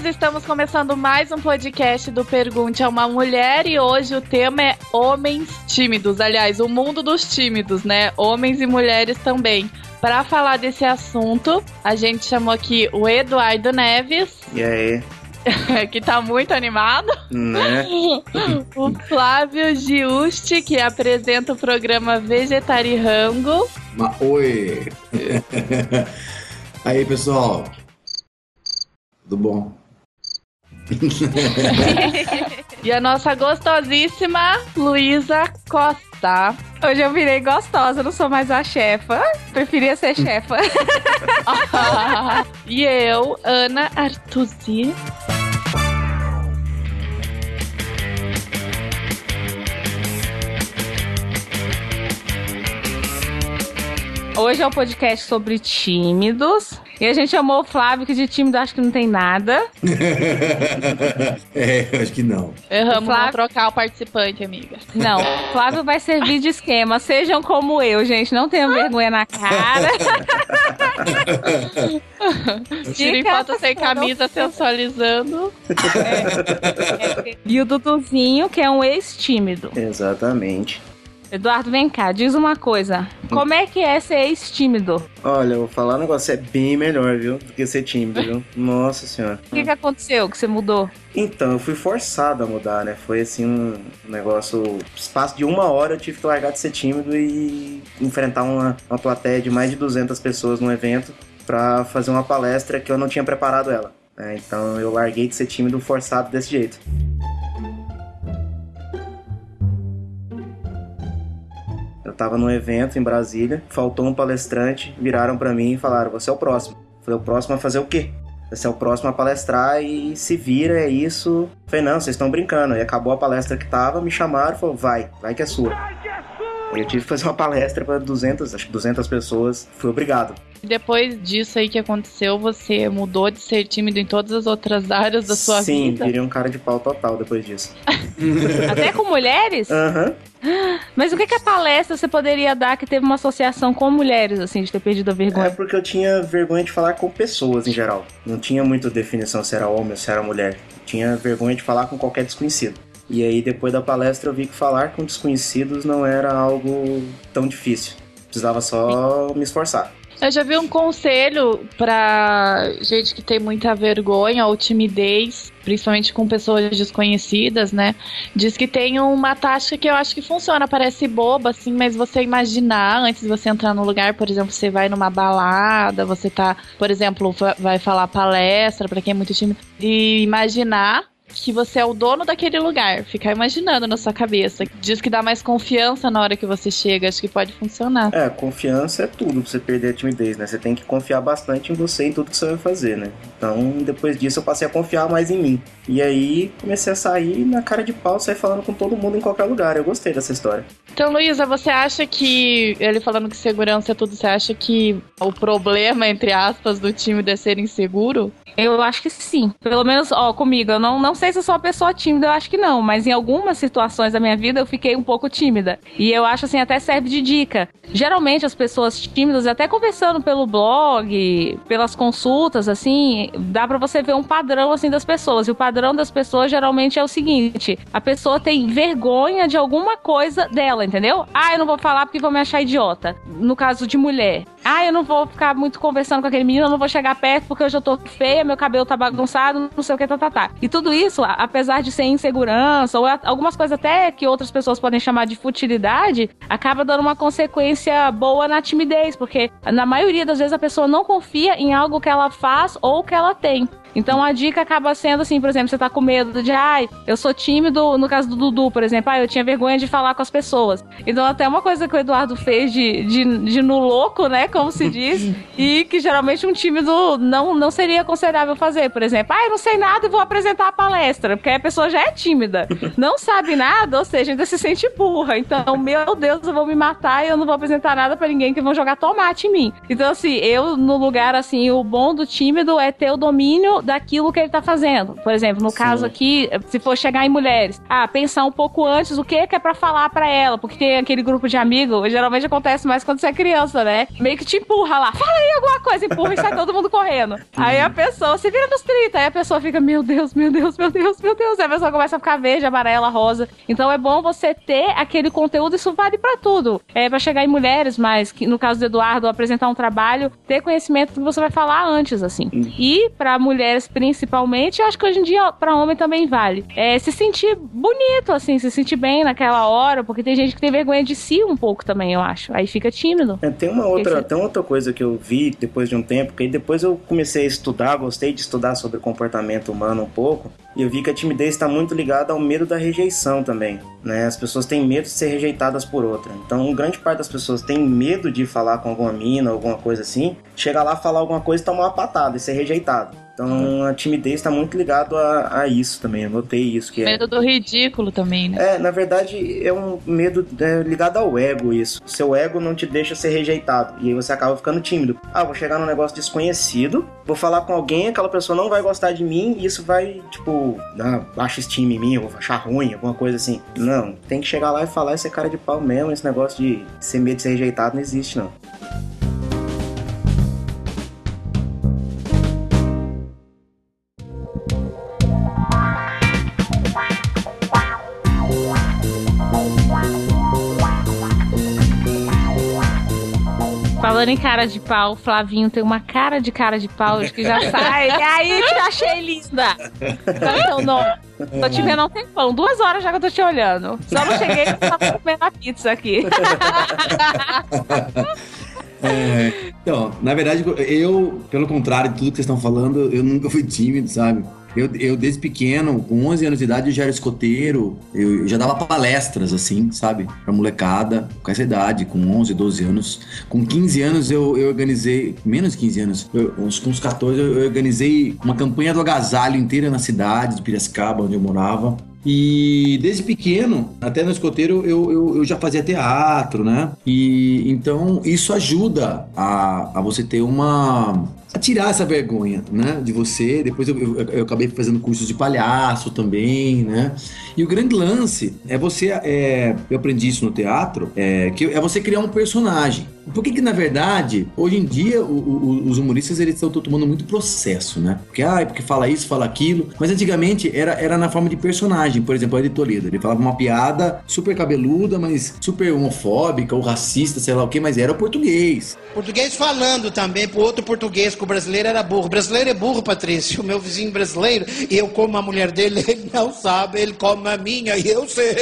estamos começando mais um podcast do Pergunte a uma Mulher e hoje o tema é homens tímidos. Aliás, o mundo dos tímidos, né? Homens e mulheres também. Para falar desse assunto, a gente chamou aqui o Eduardo Neves. E aí? Que tá muito animado. Né? O Flávio Giusti, que apresenta o programa Vegetarirango. Oi! Aí, pessoal. Tudo bom? E a nossa gostosíssima Luísa Costa. Hoje eu virei gostosa, não sou mais a chefa. Preferia ser chefa. E eu, Ana Artusi. Hoje é um podcast sobre tímidos. E a gente chamou o Flávio, que de tímido acho que não tem nada. Eu acho que não. Erramos, Flávio... trocar o participante, amiga. Não, o Flávio vai servir de esquema. Sejam como eu, gente. Não tenham vergonha na cara. Tirem foto sem camisa, sensualizando. E o Duduzinho, que é um ex-tímido. Exatamente. Eduardo, vem cá, diz uma coisa. Como é que é ser ex-tímido? Olha, eu vou falar um negócio, é bem melhor, viu? Do que ser tímido, viu? Nossa senhora. O que aconteceu que você mudou? Então, eu fui forçado a mudar, né? Foi assim um negócio... Espaço de 1 hora eu tive que largar de ser tímido e enfrentar uma plateia de mais de 200 pessoas num evento pra fazer uma palestra que eu não tinha preparado ela. Então eu larguei de ser tímido forçado desse jeito. Eu tava num evento em Brasília, faltou um palestrante, viraram pra mim e falaram, você é o próximo. Eu falei, o próximo a fazer o quê? Você é o próximo a palestrar e se vira, é isso. Eu falei, não, vocês estão brincando. E acabou a palestra que tava, me chamaram e falaram, vai que é sua. Eu tive que fazer uma palestra pra 200 pessoas, fui obrigado. Depois disso aí que aconteceu, você mudou de ser tímido em todas as outras áreas da sua vida? Sim, virei um cara de pau total depois disso. Até com mulheres? Aham. Mas o que a palestra você poderia dar que teve uma associação com mulheres, assim, de ter perdido a vergonha? É porque eu tinha vergonha de falar com pessoas em geral. Não tinha muita definição se era homem ou se era mulher. Eu tinha vergonha de falar com qualquer desconhecido. E aí, depois da palestra, eu vi que falar com desconhecidos não era algo tão difícil. Precisava só me esforçar. Eu já vi um conselho pra gente que tem muita vergonha ou timidez, principalmente com pessoas desconhecidas, né? Diz que tem uma tática que eu acho que funciona, parece boba, assim, mas você imaginar antes de você entrar no lugar, por exemplo, você vai numa balada, você tá, por exemplo, vai falar palestra pra quem é muito tímido, e imaginar que você é o dono daquele lugar, ficar imaginando na sua cabeça. Diz que dá mais confiança na hora que você chega, acho que pode funcionar. Confiança é tudo pra você perder a timidez, né? Você tem que confiar bastante em você e em tudo que você vai fazer, né? Então, depois disso, eu passei a confiar mais em mim. E aí, comecei a sair na cara de pau, sair falando com todo mundo em qualquer lugar. Eu gostei dessa história. Então, Luísa, você acha que, ele falando que segurança é tudo, você acha que o problema, entre aspas, do tímido é ser inseguro? Eu acho que sim. Pelo menos, comigo. Eu não sei se eu sou uma pessoa tímida, eu acho que não. Mas em algumas situações da minha vida eu fiquei um pouco tímida. E eu acho, assim, até serve de dica. Geralmente as pessoas tímidas, até conversando pelo blog, pelas consultas, assim, dá pra você ver um padrão, assim, das pessoas. E o padrão das pessoas geralmente é o seguinte: a pessoa tem vergonha de alguma coisa dela, entendeu? Eu não vou falar porque vão me achar idiota. No caso de mulher. Eu não vou ficar muito conversando com aquele menino, eu não vou chegar perto porque hoje eu tô feia, meu cabelo tá bagunçado, não sei o que, tá. E tudo isso, apesar de ser insegurança, ou algumas coisas até que outras pessoas podem chamar de futilidade, acaba dando uma consequência boa na timidez, porque na maioria das vezes a pessoa não confia em algo que ela faz ou que ela tem. Então a dica acaba sendo assim, por exemplo, você tá com medo de, eu sou tímido, no caso do Dudu, por exemplo, eu tinha vergonha de falar com as pessoas. Então até uma coisa que o Eduardo fez de no louco, né, como se diz, e que geralmente um tímido não seria aconselhável fazer, por exemplo, eu não sei nada e vou apresentar a palestra, porque aí a pessoa já é tímida, não sabe nada, ou seja, ainda se sente burra. Então, meu Deus, eu vou me matar e eu não vou apresentar nada pra ninguém, que vão jogar tomate em mim. Então assim, eu no lugar assim, o bom do tímido é ter o domínio daquilo que ele tá fazendo. Por exemplo, no caso aqui, se for chegar em mulheres, pensar um pouco antes o que é pra falar pra ela, porque tem aquele grupo de amigos, geralmente acontece mais quando você é criança, né? Meio que te empurra lá, fala aí alguma coisa, empurra e sai todo mundo correndo. Aí a pessoa se vira nos 30, aí a pessoa fica, meu Deus, meu Deus, meu Deus, meu Deus, aí a pessoa começa a ficar verde, amarela, rosa. Então é bom você ter aquele conteúdo, isso vale pra tudo. Pra chegar em mulheres, mas que, no caso do Eduardo, apresentar um trabalho, ter conhecimento do que você vai falar antes, assim. E pra mulheres principalmente, eu acho que hoje em dia pra homem também vale. Se sentir bonito, assim, se sentir bem naquela hora, porque tem gente que tem vergonha de si um pouco também, eu acho. Aí fica tímido. Tem uma outra coisa que eu vi depois de um tempo, que depois eu comecei a estudar, gostei de estudar sobre comportamento humano um pouco, e eu vi que a timidez está muito ligada ao medo da rejeição também, né? As pessoas têm medo de ser rejeitadas por outra. Então, grande parte das pessoas tem medo de falar com alguma mina, alguma coisa assim, chegar lá, falar alguma coisa e tomar uma patada e ser rejeitado. Então a timidez está muito ligado a isso também, eu notei isso. Medo do ridículo também, né? Na verdade é um medo ligado ao ego isso. O seu ego não te deixa ser rejeitado e aí você acaba ficando tímido. Vou chegar num negócio desconhecido, vou falar com alguém, aquela pessoa não vai gostar de mim e isso vai, dar baixa estima em mim, eu vou achar ruim, alguma coisa assim. Não, tem que chegar lá e falar e ser cara de pau mesmo, esse negócio de ser medo de ser rejeitado não existe não. Falando em cara de pau, Flavinho tem uma cara de pau, acho que já sai. E aí, te achei linda. Qual é o teu nome? Tô te vendo há um tempão, 2 horas já que eu tô te olhando. Só não cheguei porque eu tava comendo a pizza aqui. Então, na verdade, eu, pelo contrário de tudo que vocês estão falando, eu nunca fui tímido, sabe? Eu desde pequeno, com 11 anos de idade, eu já era escoteiro, eu já dava palestras, assim, sabe? Pra molecada, com essa idade, com 11, 12 anos. Com 15 anos eu organizei, menos de 15 anos, com uns 14 eu organizei uma campanha do agasalho inteira na cidade de Piracicaba, onde eu morava. E desde pequeno, até no escoteiro, eu já fazia teatro, né? E então isso ajuda a você ter a tirar essa vergonha, né, de você. Depois eu acabei fazendo cursos de palhaço também, né? E o grande lance é você, eu aprendi isso no teatro, que é você criar um personagem. Por que na verdade, hoje em dia, os humoristas, eles estão tomando muito processo, né? Porque fala isso, fala aquilo. Mas antigamente era na forma de personagem. Por exemplo, o Ed Toledo, ele falava uma piada super cabeluda, mas super homofóbica ou racista, sei lá o que, mas era o português. Português falando também pro outro português que o brasileiro era burro. O brasileiro é burro, Patrício. O meu vizinho brasileiro, eu como a mulher dele, ele não sabe, ele come a minha e eu sei.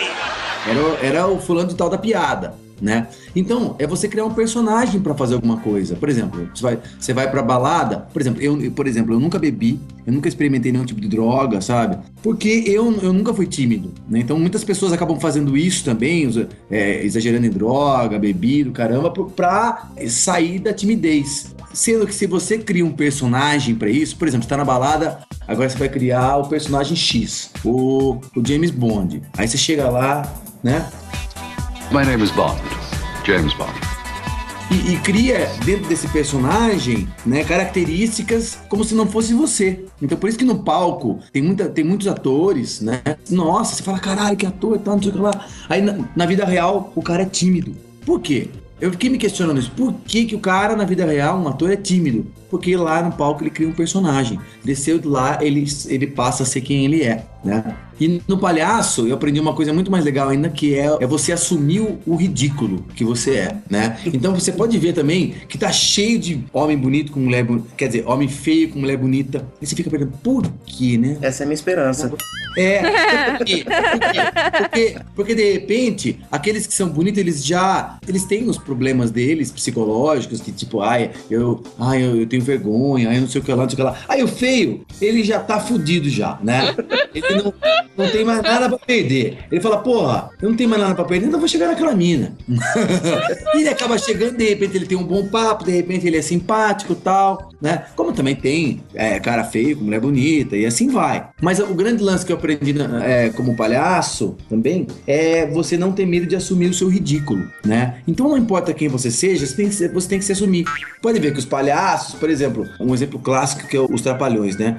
Era o fulano de tal da piada, né? Então, é você criar um personagem pra fazer alguma coisa. Por exemplo, você vai pra balada. Por exemplo, eu nunca bebi, eu nunca experimentei nenhum tipo de droga, sabe? Porque eu nunca fui tímido, né? Então, muitas pessoas acabam fazendo isso também, exagerando em droga, bebido, caramba, pra sair da timidez. Sendo que se você cria um personagem pra isso, por exemplo, você tá na balada, agora você vai criar o personagem X, o James Bond. Aí você chega lá, né? My name is Bond, James Bond. E cria dentro desse personagem, né, características como se não fosse você. Então por isso que no palco tem muitos atores, né? Nossa, você fala, caralho, que ator, tá, não sei o que lá. Aí na vida real o cara é tímido. Por quê? Eu fiquei me questionando isso. Por que o cara na vida real, um ator, é tímido? Porque lá no palco ele cria um personagem. Desceu de lá, ele passa a ser quem ele é, né? E no palhaço, eu aprendi uma coisa muito mais legal ainda, que é você assumir o ridículo que você é, né? Então você pode ver também que tá cheio de homem bonito com mulher bonita, quer dizer, homem feio com mulher bonita. E você fica perguntando, por quê, né? Essa é a minha esperança. Por quê? Porque de repente, aqueles que são bonitos, eles têm os problemas deles, psicológicos, que tipo, eu tenho vergonha, eu não sei o que lá, não sei o que lá. Aí o feio, ele já tá fudido já, né? Ele ele não tem mais nada pra perder. Ele fala, porra, eu não tenho mais nada pra perder, então eu vou chegar naquela mina. E ele acaba chegando, de repente ele tem um bom papo, de repente ele é simpático e tal, né? Como também tem cara feio, com mulher bonita, e assim vai. Mas o grande lance que eu aprendi como palhaço também é você não ter medo de assumir o seu ridículo, né? Então não importa quem você seja, você tem que se assumir. Pode ver que os palhaços, por exemplo, um exemplo clássico que é os Trapalhões, né?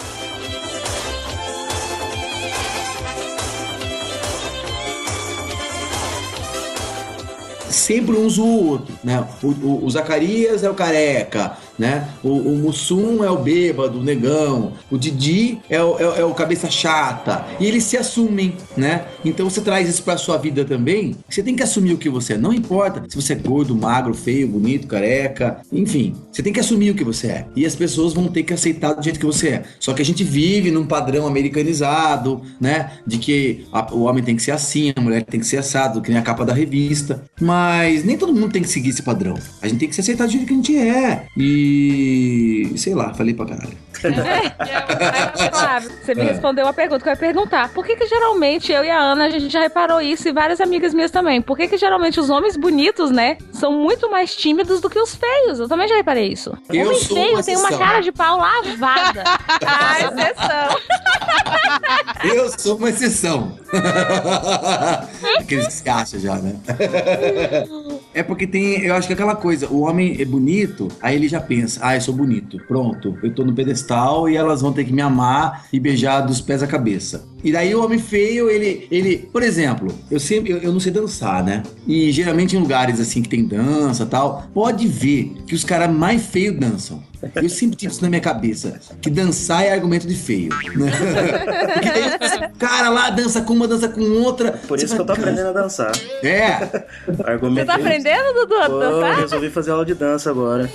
Sempre um usa o outro, né? O Zacarias é o careca, né? O Mussum é o bêbado, o negão. O Didi é o cabeça chata. E eles se assumem, né? Então você traz isso pra sua vida também. Você tem que assumir o que você é. Não importa se você é gordo, magro, feio, bonito, careca. Enfim, você tem que assumir o que você é. E as pessoas vão ter que aceitar do jeito que você é. Só que a gente vive num padrão americanizado, né? De que o homem tem que ser assim, a mulher tem que ser assado, que nem a capa da revista. Mas nem todo mundo tem que seguir esse padrão. A gente tem que se aceitar do jeito que a gente é. E... sei lá, falei pra caralho. Flávio, você me respondeu uma pergunta que eu ia perguntar. Por que geralmente eu e a Ana, a gente já reparou isso e várias amigas minhas também. Por que geralmente os homens bonitos, né, são muito mais tímidos do que os feios? Eu também já reparei isso. O homem feio tem uma cara de pau lavada. A exceção. Eu sou uma exceção. Aqueles que se acham já, né? É porque tem, eu acho que aquela coisa, o homem é bonito, aí ele já pensa, eu sou bonito, pronto, eu tô no pedestal e elas vão ter que me amar e beijar dos pés à cabeça. E daí o homem feio, ele por exemplo, eu não sei dançar, né? E geralmente em lugares assim que tem dança e tal, pode ver que os caras mais feios dançam. Eu sempre tive isso na minha cabeça, que dançar é argumento de feio, né? Porque tem cara lá, dança com uma, dança com outra. Por isso que eu tô aprendendo a dançar. Argumento. Você tá aprendendo, Dudu, a dançar? Eu resolvi fazer aula de dança agora.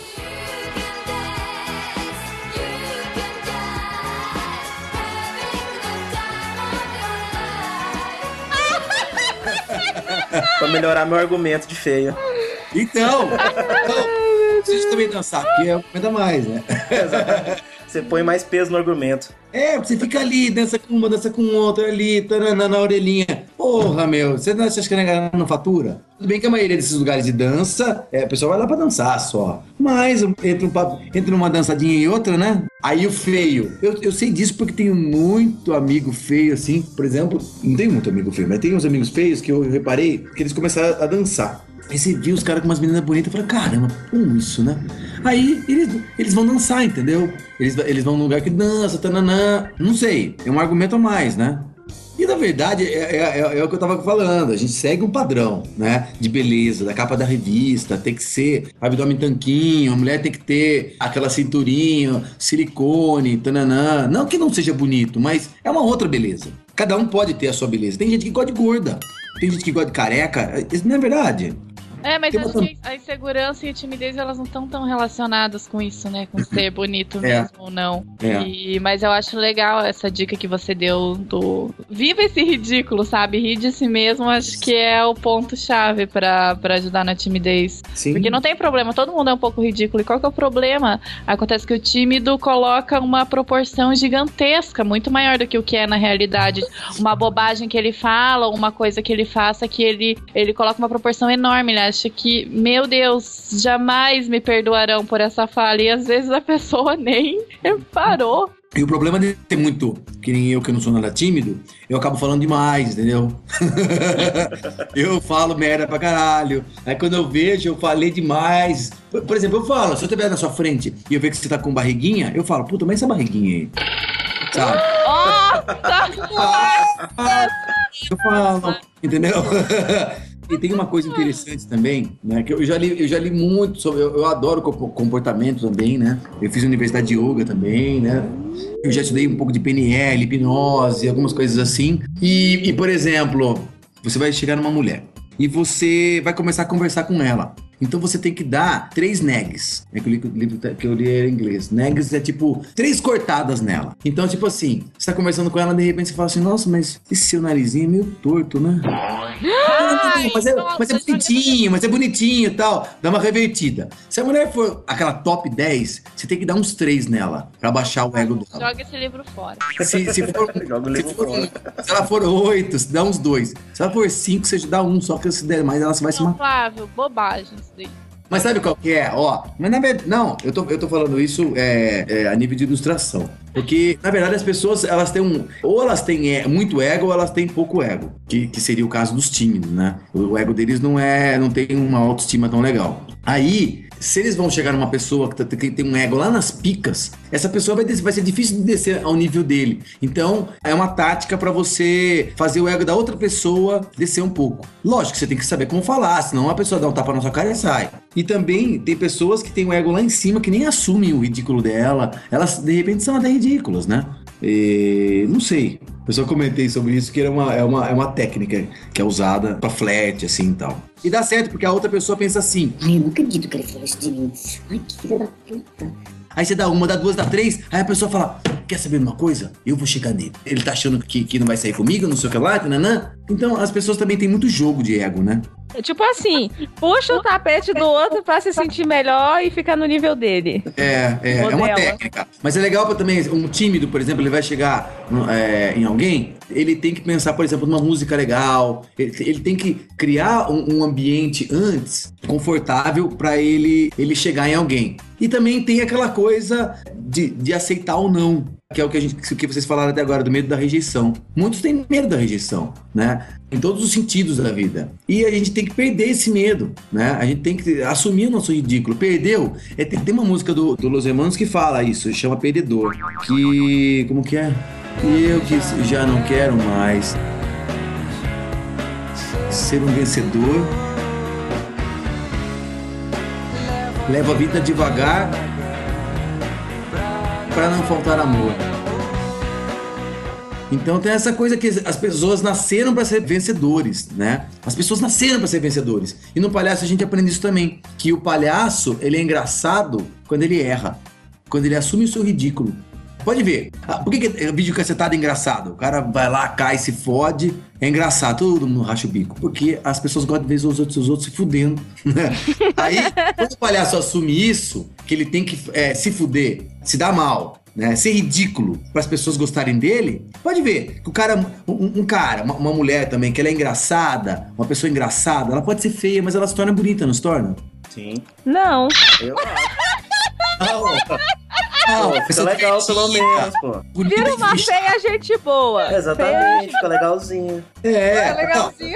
Pra melhorar meu argumento de feio. Então vocês também dançar, porque aumenta mais, né? Exatamente. Você põe mais peso no argumento. Você fica ali, dança com uma, dança com outra ali, taranã, na orelhinha. Porra, meu, você não acha que a galera não fatura? Tudo bem que a maioria desses lugares de dança, o pessoal vai lá pra dançar só. Mas entre uma dançadinha e outra, né? Aí o feio. Eu sei disso porque tenho muito amigo feio, assim. Por exemplo, não tenho muito amigo feio, mas tenho uns amigos feios que eu reparei que eles começaram a dançar. Aí você viu os caras com umas meninas bonitas e falou, caramba, como isso, né? Aí eles vão dançar, entendeu? Eles vão num lugar que dança, tananã. Não sei, é um argumento a mais, né? E na verdade é o que eu tava falando, a gente segue um padrão, né? De beleza, da capa da revista, tem que ser abdômen tanquinho, a mulher tem que ter aquela cinturinha, silicone, tananã. Não que não seja bonito, mas é uma outra beleza. Cada um pode ter a sua beleza. Tem gente que gosta de gorda, tem gente que gosta de careca, isso não é verdade. Mas acho que a insegurança e a timidez, elas não estão tão relacionadas com isso, né? Com ser bonito mesmo ou não. Mas eu acho legal essa dica que você deu do... Viva esse ridículo, sabe? Rir de si mesmo, acho que é o ponto-chave pra ajudar na timidez. Sim. Porque não tem problema, todo mundo é um pouco ridículo. E qual que é o problema? Acontece que o tímido coloca uma proporção gigantesca, muito maior do que o que é na realidade. Uma bobagem que ele fala, uma coisa que ele faça, que ele coloca uma proporção enorme, né? Acha que, meu Deus, jamais me perdoarão por essa falha. E às vezes a pessoa nem reparou. E o problema de ter muito, que nem eu que não sou nada tímido, eu acabo falando demais, entendeu? Eu falo merda pra caralho. Aí quando eu vejo, eu falei demais. Por exemplo, eu falo, se eu estiver na sua frente e eu ver que você tá com barriguinha, eu falo, puta, mas essa barriguinha aí. Sabe? Eu falo, entendeu? E tem uma coisa interessante também, né? Que eu já li muito sobre. Eu adoro comportamento também, né? Eu fiz universidade de yoga também, né? Eu já estudei um pouco de PNL, hipnose, algumas coisas assim. E por exemplo, você vai chegar numa mulher e você vai começar a conversar com ela. Então você tem que dar 3 negs. É que o livro que eu li era em inglês. Negs é tipo 3 cortadas nela. Então, tipo assim, você tá conversando com ela, de repente você fala assim, nossa, mas esse seu narizinho é meio torto, né? Mas é bonitinho e tal. Dá uma revertida. Se a mulher for aquela top 10, você tem que dar uns 3 nela, pra baixar o ego dela. Joga esse livro fora. Se ela for 8, você dá uns 2. Se ela for 5, você dá 1. Só que se der mais, ela vai se matar. Flávio, bobagem isso daí. Mas sabe qual que é? Ó, mas na verdade, não, eu tô falando isso a nível de ilustração. Porque, na verdade, as pessoas, elas têm ou elas têm muito ego, ou elas têm pouco ego. Que seria o caso dos tímidos, né? O ego deles não tem uma autoestima tão legal. Aí, se eles vão chegar numa pessoa que tem um ego lá nas picas, essa pessoa vai ser difícil de descer ao nível dele. Então, é uma tática pra você fazer o ego da outra pessoa descer um pouco. Lógico que você tem que saber como falar, senão a pessoa dá um tapa na sua cara e sai. E também tem pessoas que têm o ego lá em cima, que nem assumem o ridículo dela. Elas, de repente, são até ridículas, né? Não sei. Eu só comentei sobre isso, que é uma técnica que é usada pra flerte, assim, e tal. E dá certo, porque a outra pessoa pensa assim... Ai, eu não acredito que ele falou isso de mim. Ai, que filha da puta. Aí você dá 1, dá 2, dá 3, aí a pessoa fala, quer saber de uma coisa? Eu vou chegar nele. Ele tá achando que não vai sair comigo, não sei o que lá, nanã. Então as pessoas também têm muito jogo de ego, né? Tipo assim, puxa o tapete do outro pra se sentir melhor e ficar no nível dele. É uma técnica. Mas é legal pra também, um tímido, por exemplo, ele vai chegar em alguém, ele tem que pensar, por exemplo, numa música legal, ele tem que criar um ambiente antes confortável pra ele chegar em alguém. E também tem aquela coisa de aceitar ou não, que é o que vocês falaram até agora, do medo da rejeição. Muitos têm medo da rejeição, né? Em todos os sentidos da vida. E a gente tem que perder esse medo, né? A gente tem que assumir o nosso ridículo. Perdeu? Tem uma música do Los Hermanos que fala isso, chama Perdedor. Como que é? Eu que já não quero mais ser um vencedor. Levo a vida devagar para não faltar amor. Então tem essa coisa que as pessoas nasceram para ser vencedores, né? As pessoas nasceram para ser vencedores. E no palhaço a gente aprende isso também, que o palhaço, ele é engraçado quando ele erra, quando ele assume o seu ridículo. Pode ver. Por que vídeo cacetado é engraçado? O cara vai lá, cai, se fode. É engraçado, todo mundo racha o bico. Porque as pessoas gostam de ver os outros se fudendo. Aí, quando o palhaço assume isso, que ele tem que se fuder, se dar mal, né, ser ridículo para as pessoas gostarem dele, pode ver que o cara, uma mulher também, que ela é engraçada, uma pessoa engraçada, ela pode ser feia, mas ela se torna bonita, não se torna? Sim. Não. Eu acho. Não, fica legal pelo menos, pô. Vira uma feia gente boa. Exatamente, fica legalzinho. Fica legalzinho.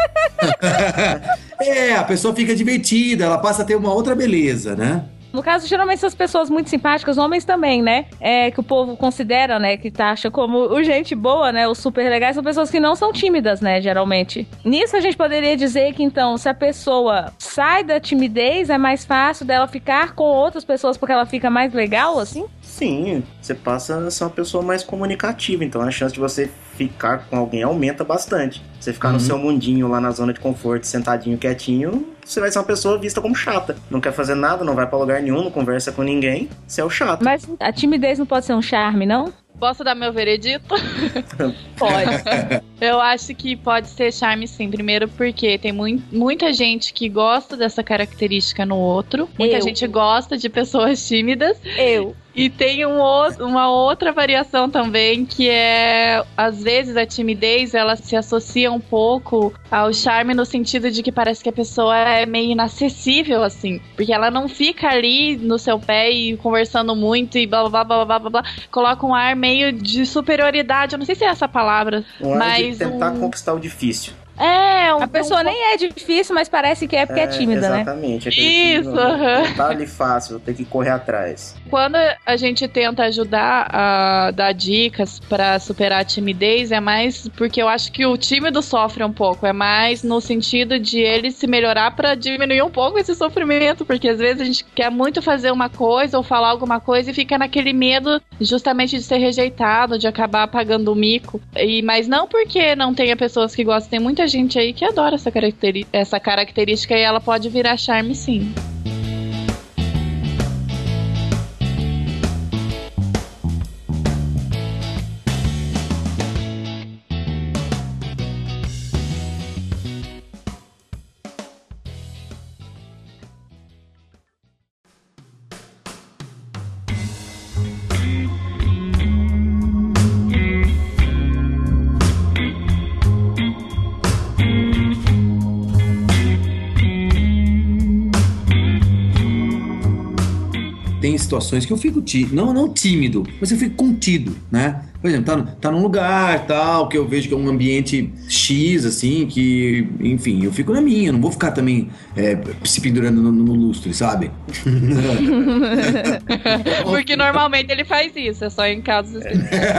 A pessoa fica divertida, ela passa a ter uma outra beleza, né? No caso, geralmente essas pessoas muito simpáticas, homens também, né? Que o povo considera, né? Que taxa como o gente boa, né? Os super legais, são pessoas que não são tímidas, né? Geralmente. Nisso a gente poderia dizer que, então, se a pessoa sai da timidez, é mais fácil dela ficar com outras pessoas porque ela fica mais legal, assim? Sim, você passa a ser uma pessoa mais comunicativa, então a chance de você ficar com alguém aumenta bastante. Você ficar no seu mundinho lá na zona de conforto, sentadinho, quietinho, você vai ser uma pessoa vista como chata. Não quer fazer nada, não vai pra lugar nenhum, não conversa com ninguém, você é o chato. Mas a timidez não pode ser um charme, não? Posso dar meu veredito? Pode. Eu acho que pode ser charme sim. Primeiro porque tem muita gente que gosta dessa característica no outro. Muita gente gosta de pessoas tímidas. E tem uma outra variação também, que é, às vezes, a timidez, ela se associa um pouco ao charme no sentido de que parece que a pessoa é meio inacessível, assim. Porque ela não fica ali no seu pé e conversando muito e blá, blá, blá, blá, blá, blá. Coloca um ar meio de superioridade, eu não sei se é essa palavra. Mas de tentar conquistar o difícil. A pessoa nem é difícil, mas parece que é porque é tímida, exatamente, né? Isso, tá ali fácil, tem que correr atrás. Quando a gente tenta ajudar a dar dicas pra superar a timidez, é mais porque eu acho que o tímido sofre um pouco, é mais no sentido de ele se melhorar pra diminuir um pouco esse sofrimento, porque às vezes a gente quer muito fazer uma coisa ou falar alguma coisa e fica naquele medo justamente de ser rejeitado, de acabar pagando o mico. Mas não porque não tenha pessoas que gostam, tem muita muita gente aí que adora essa característica e ela pode virar charme, sim. Tem situações que eu fico não tímido, mas eu fico contido, né? Por exemplo, tá num lugar tal, que eu vejo que é um ambiente X, assim, que, enfim, eu fico na minha, não vou ficar também se pendurando no lustre, sabe? Porque normalmente ele faz isso, é só em casos assim.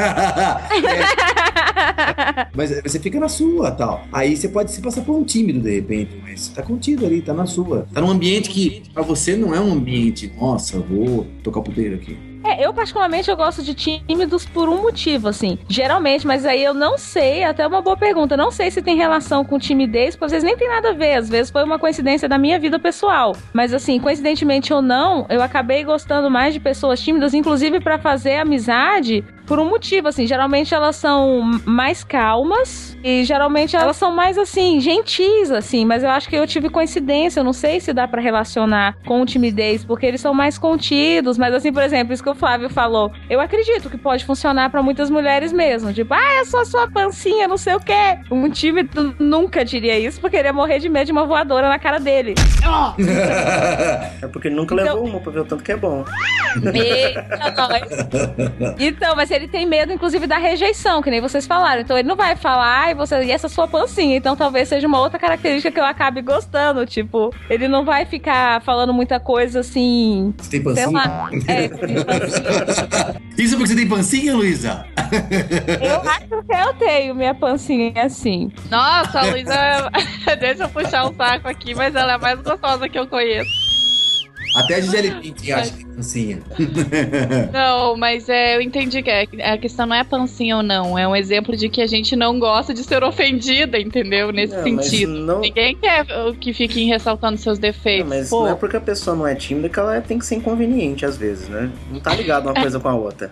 Mas você fica na sua, tal. Aí você pode se passar por um tímido, de repente, mas tá contido ali, tá na sua. Tá num ambiente que, pra você, não é um ambiente, nossa, vou tocar o puteiro aqui. Eu particularmente eu gosto de tímidos por um motivo, assim. Geralmente, mas aí eu não sei, até uma boa pergunta, não sei se tem relação com timidez, porque às vezes nem tem nada a ver, às vezes foi uma coincidência da minha vida pessoal. Mas assim, coincidentemente ou não, eu acabei gostando mais de pessoas tímidas, inclusive pra fazer amizade, por um motivo, assim, geralmente elas são mais calmas e geralmente elas são mais, assim, gentis, assim, mas eu acho que eu tive coincidência, eu não sei se dá pra relacionar com timidez, porque eles são mais contidos, mas assim, por exemplo, isso que o Flávio falou, eu acredito que pode funcionar pra muitas mulheres mesmo, tipo, é só sua pancinha, não sei o quê. Um tímido nunca diria isso, porque ele ia morrer de medo de uma voadora na cara dele. É porque ele nunca levou uma pra ver o tanto que é bom. Então, mas ele tem medo, inclusive, da rejeição, que nem vocês falaram. Então ele não vai falar, e essa sua pancinha. Então talvez seja uma outra característica que eu acabe gostando. Tipo, ele não vai ficar falando muita coisa assim. Você tem pancinha? Sei lá. Tem pancinha. Isso porque você tem pancinha, Luísa? Eu acho que eu tenho minha pancinha assim. Nossa, a Luísa. Deixa eu puxar um saco aqui, mas ela é a mais gostosa que eu conheço. Até a Gisele Bündchen acha que tem pancinha. Não, mas eu entendi que a questão não é pancinha ou não. É um exemplo de que a gente não gosta de ser ofendida, entendeu? Nesse sentido. Não... Ninguém quer que fiquem ressaltando seus defeitos. Mas não é porque a pessoa não é tímida que ela tem que ser inconveniente às vezes, né? Não tá ligado uma coisa com a outra.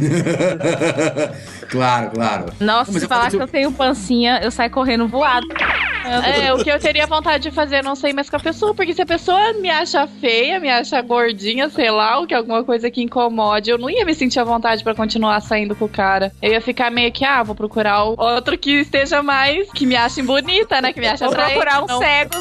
Claro. Nossa, se falar que eu tenho pancinha, eu saio correndo voado. O que eu teria vontade de fazer, não sei mais com a pessoa, porque se a pessoa me acha feia, me acha gordinha, sei lá, ou que alguma coisa que incomode, eu não ia me sentir à vontade pra continuar saindo com o cara. Eu ia ficar meio que, vou procurar outro que esteja mais, que me achem bonita, né, que me achem atraente. Vou procurar um cego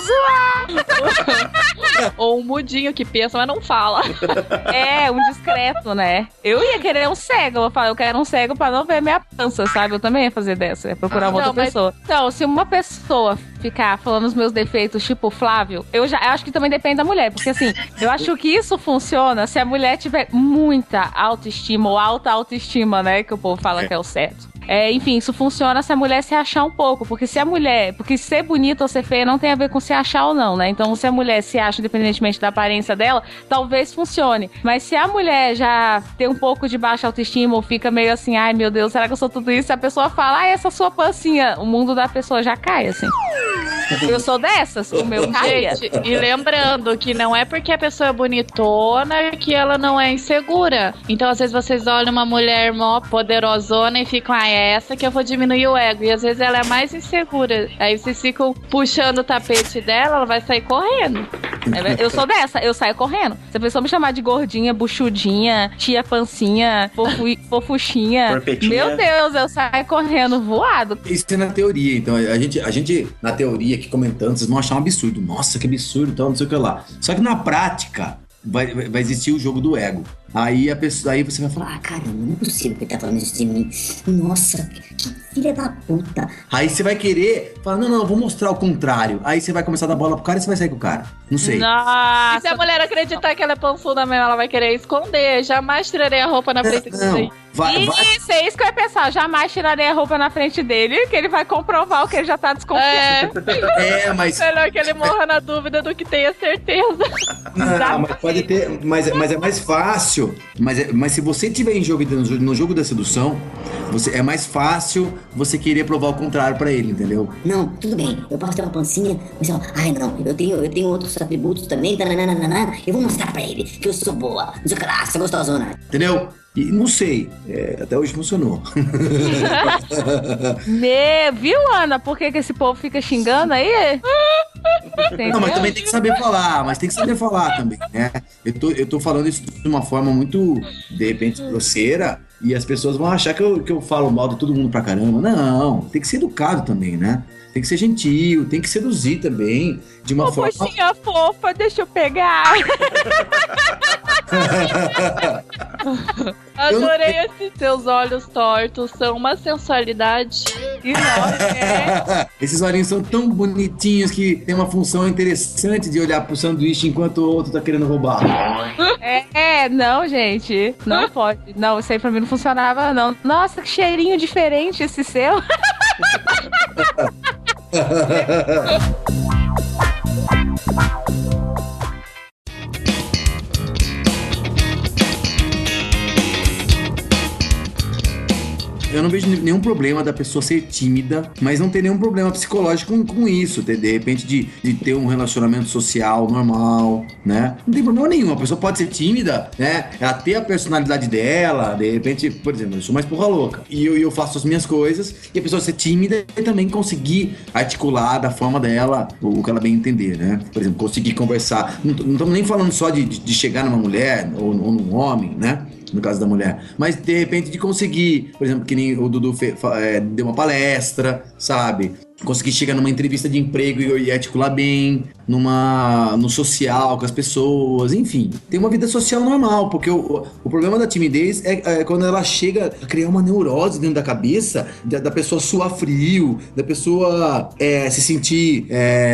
zoar. Ou um mudinho que pensa, mas não fala. Um discreto, né? Eu ia querer um cego, eu vou falar, eu quero um cego pra não ver minha pança, sabe? Eu também ia fazer dessa, ia procurar uma outra pessoa. Então, se uma pessoa ficar falando os meus defeitos, tipo o Flávio, eu acho que também depende da mulher, porque assim, eu acho que isso funciona se a mulher tiver muita autoestima ou alta autoestima, né, que o povo fala que é o certo. Enfim, isso funciona se a mulher se achar um pouco, porque porque ser bonita ou ser feia não tem a ver com se achar ou não, né? Então, se a mulher se acha, independentemente da aparência dela, talvez funcione. Mas se a mulher já tem um pouco de baixa autoestima ou fica meio assim, ai meu Deus, será que eu sou tudo isso? Se a pessoa fala, essa sua pancinha, o mundo da pessoa já cai, assim. Eu sou dessas, o meu caia. E lembrando que não é porque a pessoa é bonitona que ela não é insegura. Então, às vezes, vocês olham uma mulher mó poderosona e ficam, essa que eu vou diminuir o ego. E às vezes ela é mais insegura. Aí vocês ficam puxando o tapete dela, ela vai sair correndo. Eu sou dessa, eu saio correndo. Se a pessoa me chamar de gordinha, buchudinha, tia pancinha, fofuchinha, porpetinha. Meu Deus, eu saio correndo voado. Isso é na teoria, então a gente na teoria aqui comentando, vocês vão achar um absurdo. Nossa, que absurdo, então não sei o que lá. Só que na prática vai existir o jogo do ego. Aí você vai falar, caramba, não é possível que ele tá falando isso de mim. Nossa, que filha da puta. Aí você vai querer falar, não, vou mostrar o contrário. Aí você vai começar a dar bola pro cara e você vai sair com o cara. Não sei. Nossa. E se a mulher acreditar que ela é pançuda mesmo, ela vai querer esconder. Jamais tirarei a roupa na frente de vocês. Isso, é isso que eu ia pensar. Jamais tirarei a roupa na frente dele, que ele vai comprovar o que ele já tá desconfiado. Mas... Melhor que ele morra na dúvida do que tenha certeza. Não, mas pode ter... Mas é mais fácil. Mas se você estiver no jogo da sedução, é mais fácil você querer provar o contrário pra ele, entendeu? Não, tudo bem, eu posso ter uma pancinha, mas não, eu tenho outros atributos também, eu vou mostrar pra ele que eu sou boa, não sei o que lá, sou gostosona. Entendeu? E não sei, até hoje funcionou. Viu, Ana? Por que esse povo fica xingando aí? Não, mas também tem que saber falar, também, né? Eu tô falando isso de uma forma muito, de repente, grosseira, e as pessoas vão achar que eu falo mal de todo mundo pra caramba. Não, tem que ser educado também, né? Tem que ser gentil, tem que seduzir também, de uma forma... Poxinha fofa, deixa eu pegar. Adorei esses seus olhos tortos, são uma sensualidade enorme. Esses olhinhos são tão bonitinhos que tem uma função interessante de olhar pro sanduíche enquanto o outro tá querendo roubar. Não, gente, não pode. Não, isso aí pra mim não funcionava, não. Nossa, que cheirinho diferente esse seu. Eu não vejo nenhum problema da pessoa ser tímida, mas não ter nenhum problema psicológico com isso. De repente, de ter um relacionamento social normal, né? Não tem problema nenhum. A pessoa pode ser tímida, né? Ela ter a personalidade dela. De repente, por exemplo, eu sou mais porra louca. E eu faço as minhas coisas. E a pessoa ser tímida e também conseguir articular da forma dela o que ela bem entender, né? Por exemplo, conseguir conversar. Não estamos nem falando só de chegar numa mulher ou num homem, né? No caso da mulher, mas de repente de conseguir, por exemplo, que nem o Dudu deu uma palestra, sabe? Conseguir chegar numa entrevista de emprego e articular bem, no social com as pessoas, enfim. Ter uma vida social normal, porque o problema da timidez é quando ela chega a criar uma neurose dentro da cabeça, da pessoa suar frio, da pessoa se sentir,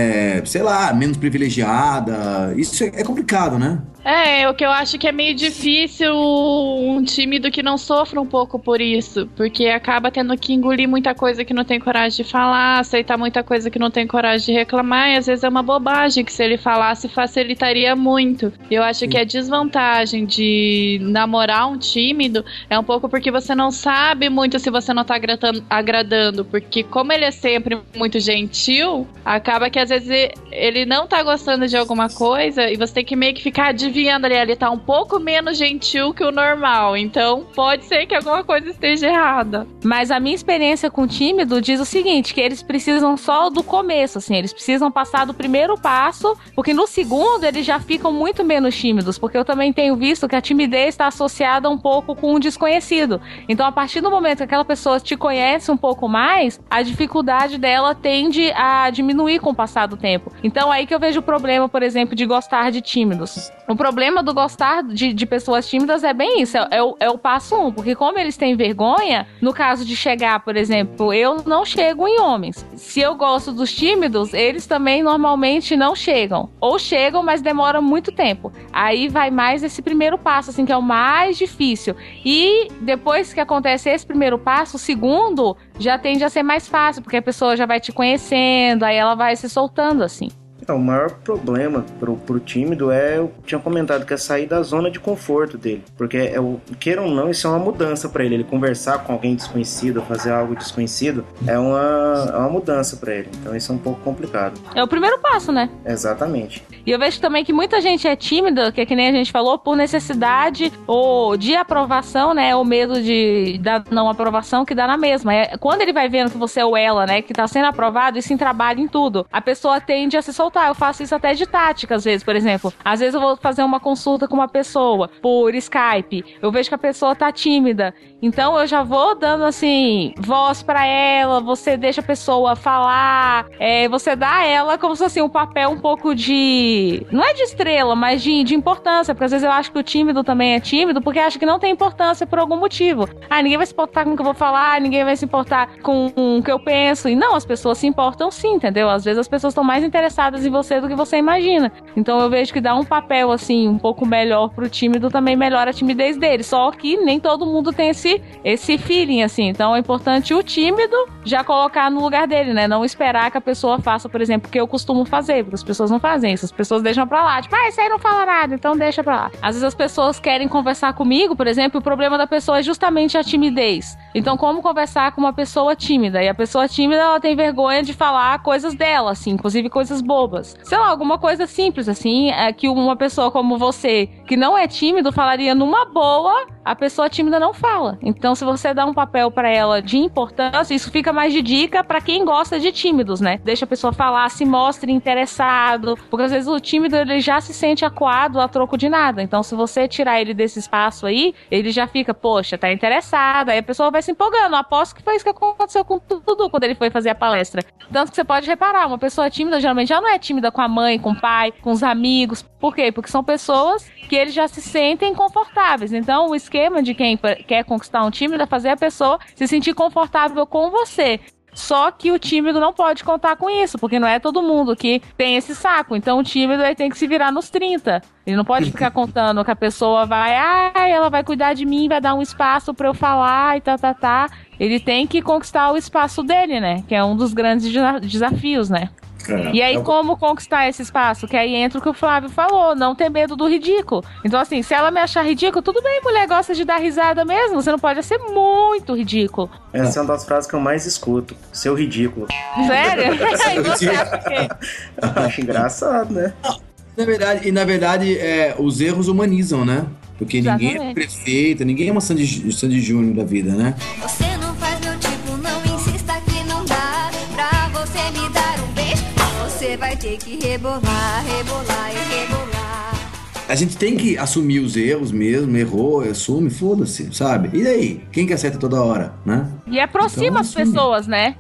sei lá, menos privilegiada. Isso é complicado, né? O que eu acho que é meio difícil um tímido que não sofra um pouco por isso, porque acaba tendo que engolir muita coisa que não tem coragem de falar, aceitar muita coisa que não tem coragem de reclamar, e às vezes é uma bobagem que se ele falasse facilitaria muito. Eu acho que a desvantagem de namorar um tímido é um pouco porque você não sabe muito se você não tá agradando, porque como ele é sempre muito gentil, acaba que às vezes ele não tá gostando de alguma coisa e você tem que meio que ficar adivinhando ali, ele tá um pouco menos gentil que o normal, então pode ser que alguma coisa esteja errada. Mas a minha experiência com o tímido diz o seguinte, que eles precisam só do começo, assim, eles precisam passar do primeiro passo, porque no segundo eles já ficam muito menos tímidos, porque eu também tenho visto que a timidez está associada um pouco com o desconhecido. Então, a partir do momento que aquela pessoa te conhece um pouco mais, a dificuldade dela tende a diminuir com o passar do tempo. Então, aí que eu vejo o problema, por exemplo, de gostar de tímidos. O problema do gostar de pessoas tímidas é bem isso, é o passo 1, porque como eles têm vergonha, no caso de chegar, por exemplo, eu não chego em homens. Se eu gosto dos tímidos, eles também normalmente não chegam. Ou chegam, mas demora muito tempo. Aí vai mais esse primeiro passo, assim, que é o mais difícil. E depois que acontece esse primeiro passo, o segundo já tende a ser mais fácil, porque a pessoa já vai te conhecendo, aí ela vai se soltando, assim. Então, o maior problema pro tímido eu tinha comentado que é sair da zona de conforto dele, porque queira ou não, isso é uma mudança pra ele conversar com alguém desconhecido, fazer algo desconhecido, é uma mudança pra ele, então isso é um pouco complicado. É o primeiro passo, né? Exatamente. E eu vejo também que muita gente é tímida, que nem a gente falou, por necessidade ou de aprovação, né, ou medo da não aprovação, que dá na mesma. Quando ele vai vendo que você é o ela, né, que tá sendo aprovado, isso em trabalho, em tudo, a pessoa tende a se soltar. Eu faço isso até de tática, às vezes, por exemplo. Às vezes eu vou fazer uma consulta com uma pessoa por Skype. Eu vejo que a pessoa tá tímida. Então eu já vou dando, assim, voz pra ela, você deixa a pessoa falar, você dá a ela como se fosse um papel um pouco de... Não é de estrela, mas de importância. Porque às vezes eu acho que o tímido também é tímido porque acha que não tem importância por algum motivo. Ninguém vai se importar com o que eu vou falar, ninguém vai se importar com o que eu penso. E não, as pessoas se importam sim, entendeu? Às vezes as pessoas estão mais interessadas em em você do que você imagina. Então eu vejo que dar um papel, assim, um pouco melhor pro tímido também melhora a timidez dele. Só que nem todo mundo tem esse feeling, assim. Então é importante o tímido já colocar no lugar dele, né? Não esperar que a pessoa faça, por exemplo, o que eu costumo fazer, porque as pessoas não fazem isso. As pessoas deixam pra lá. Tipo, esse aí não fala nada, então deixa pra lá. Às vezes as pessoas querem conversar comigo, por exemplo, o problema da pessoa é justamente a timidez. Então, como conversar com uma pessoa tímida? E a pessoa tímida, ela tem vergonha de falar coisas dela, assim, inclusive coisas bobas. Sei lá, alguma coisa simples, assim, que uma pessoa como você, que não é tímido, falaria numa boa, a pessoa tímida não fala. Então, se você dá um papel pra ela de importância, isso fica mais de dica pra quem gosta de tímidos, né? Deixa a pessoa falar, se mostre interessado, porque às vezes o tímido, ele já se sente acuado a troco de nada. Então, se você tirar ele desse espaço aí, ele já fica, poxa, tá interessado, aí a pessoa vai se empolgando. Eu aposto que foi isso que aconteceu com tudo quando ele foi fazer a palestra. Tanto que você pode reparar, uma pessoa tímida geralmente já não é tímida com a mãe, com o pai, com os amigos. Por quê? Porque são pessoas que eles já se sentem confortáveis. Então, o esquema de quem quer conquistar um tímido é fazer a pessoa se sentir confortável com você. Só que o tímido não pode contar com isso, porque não é todo mundo que tem esse saco. Então o tímido aí tem que se virar nos 30. Ele não pode ficar contando que a pessoa vai, ela vai cuidar de mim, vai dar um espaço pra eu falar e tá. Ele tem que conquistar o espaço dele, né? Que é um dos grandes desafios, né? E aí, como conquistar esse espaço? Que aí entra o que o Flávio falou, não ter medo do ridículo. Então, assim, se ela me achar ridículo, tudo bem, mulher gosta de dar risada mesmo, você não pode ser muito ridículo. Essa é uma das frases que eu mais escuto, seu ridículo. Sério? E você acha o quê? Eu acho engraçado, né? Na verdade, os erros humanizam, né? Porque Exatamente. Ninguém é perfeito, ninguém é uma Sandy Júnior da vida, né? Você não faz meu tipo, não insista que não dá pra você me dar um beijo. Você vai ter que rebolar, rebolar e rebolar. A gente tem que assumir os erros mesmo, errou, assume, foda-se, sabe? E daí? Quem que acerta toda hora, né? E aproxima Então, as pessoas, né?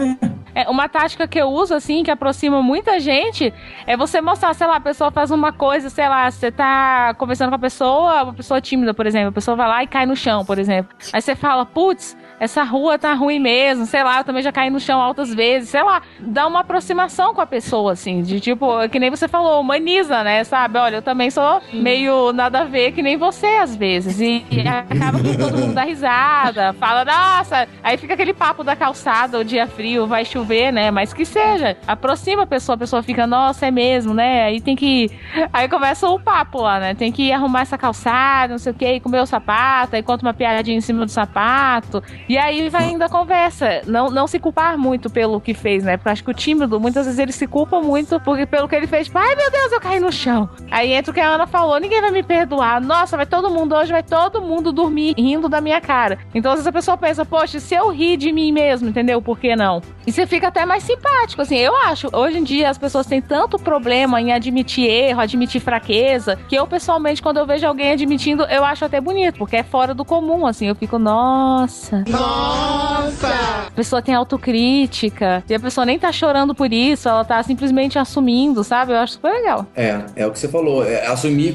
Uma tática que eu uso, assim, que aproxima muita gente, é você mostrar, sei lá, a pessoa faz uma coisa, sei lá, você tá conversando com a pessoa, uma pessoa tímida, por exemplo, a pessoa vai lá e cai no chão, por exemplo. Aí você fala, putz, essa rua tá ruim mesmo, sei lá, eu também já caí no chão altas vezes, sei lá, dá uma aproximação com a pessoa, assim, de tipo, que nem você falou, humaniza, né, sabe? Olha, eu também sou meio nada a ver que nem você, às vezes, e acaba que todo mundo dá risada, fala, nossa, aí fica aquele papo da calçada, o dia frio, vai chover, né, mas que seja, aproxima a pessoa fica, nossa, é mesmo, né, aí começa o papo lá, né, tem que arrumar essa calçada, não sei o que, comer o sapato, aí conta uma piadinha em cima do sapato. E aí vai indo a conversa. Não se culpar muito pelo que fez, né? Porque eu acho que o tímido, muitas vezes, ele se culpa muito porque pelo que ele fez. Tipo, ai meu Deus, eu caí no chão. Aí entra o que a Ana falou, ninguém vai me perdoar. Nossa, vai todo mundo dormir rindo da minha cara. Então, às vezes a pessoa pensa, poxa, se eu rir de mim mesmo, entendeu? Por que não? E você fica até mais simpático, assim. Eu acho, hoje em dia, as pessoas têm tanto problema em admitir erro, admitir fraqueza, que eu, pessoalmente, quando eu vejo alguém admitindo, eu acho até bonito, porque é fora do comum, assim. Eu fico, nossa! A pessoa tem autocrítica e a pessoa nem tá chorando por isso, ela tá simplesmente assumindo, sabe? Eu acho super legal. É o que você falou, assumir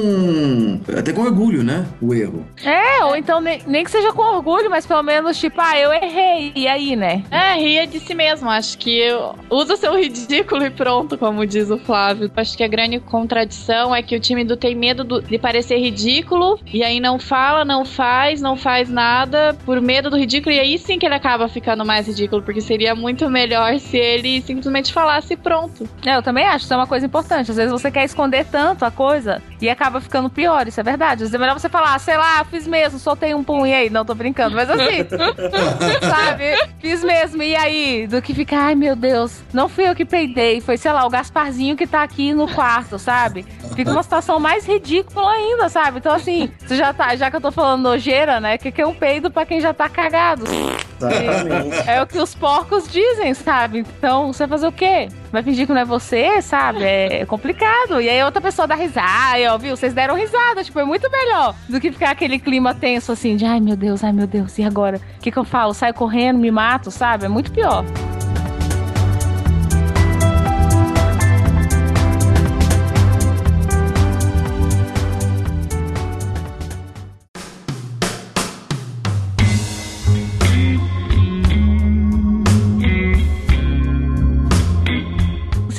até com orgulho, né? O erro. Ou então nem que seja com orgulho, mas pelo menos tipo, eu errei, e aí, né? Ria de si mesmo, acho que usa seu ridículo e pronto, como diz o Flávio. Acho que a grande contradição é que o tímido tem medo de parecer ridículo, e aí não fala, não faz nada por medo do ridículo, e aí sim que ele acaba ficando mais ridículo, porque seria muito melhor se ele simplesmente falasse pronto. Eu também acho, isso é uma coisa importante. Às vezes você quer esconder tanto a coisa e acaba ficando pior, isso é verdade. Às vezes é melhor você falar, sei lá, fiz mesmo, soltei um pum, e aí? Não, tô brincando, mas assim, sabe? Fiz mesmo, e aí? Do que ficar, ai meu Deus, não fui eu que peidei, foi, sei lá, o Gasparzinho que tá aqui no quarto, sabe? Fica uma situação mais ridícula ainda, sabe? Então assim, você já que eu tô falando nojeira, né? Que é um peido pra quem já tá cagado. Exatamente. É o que os porcos dizem, sabe? Então, você vai fazer o quê? Vai fingir que não é você, sabe? É complicado. E aí outra pessoa dá risada, viu? Vocês deram risada, tipo, é muito melhor do que ficar aquele clima tenso, assim, de ai meu Deus, e agora? O que eu falo? Saio correndo, me mato, sabe? É muito pior.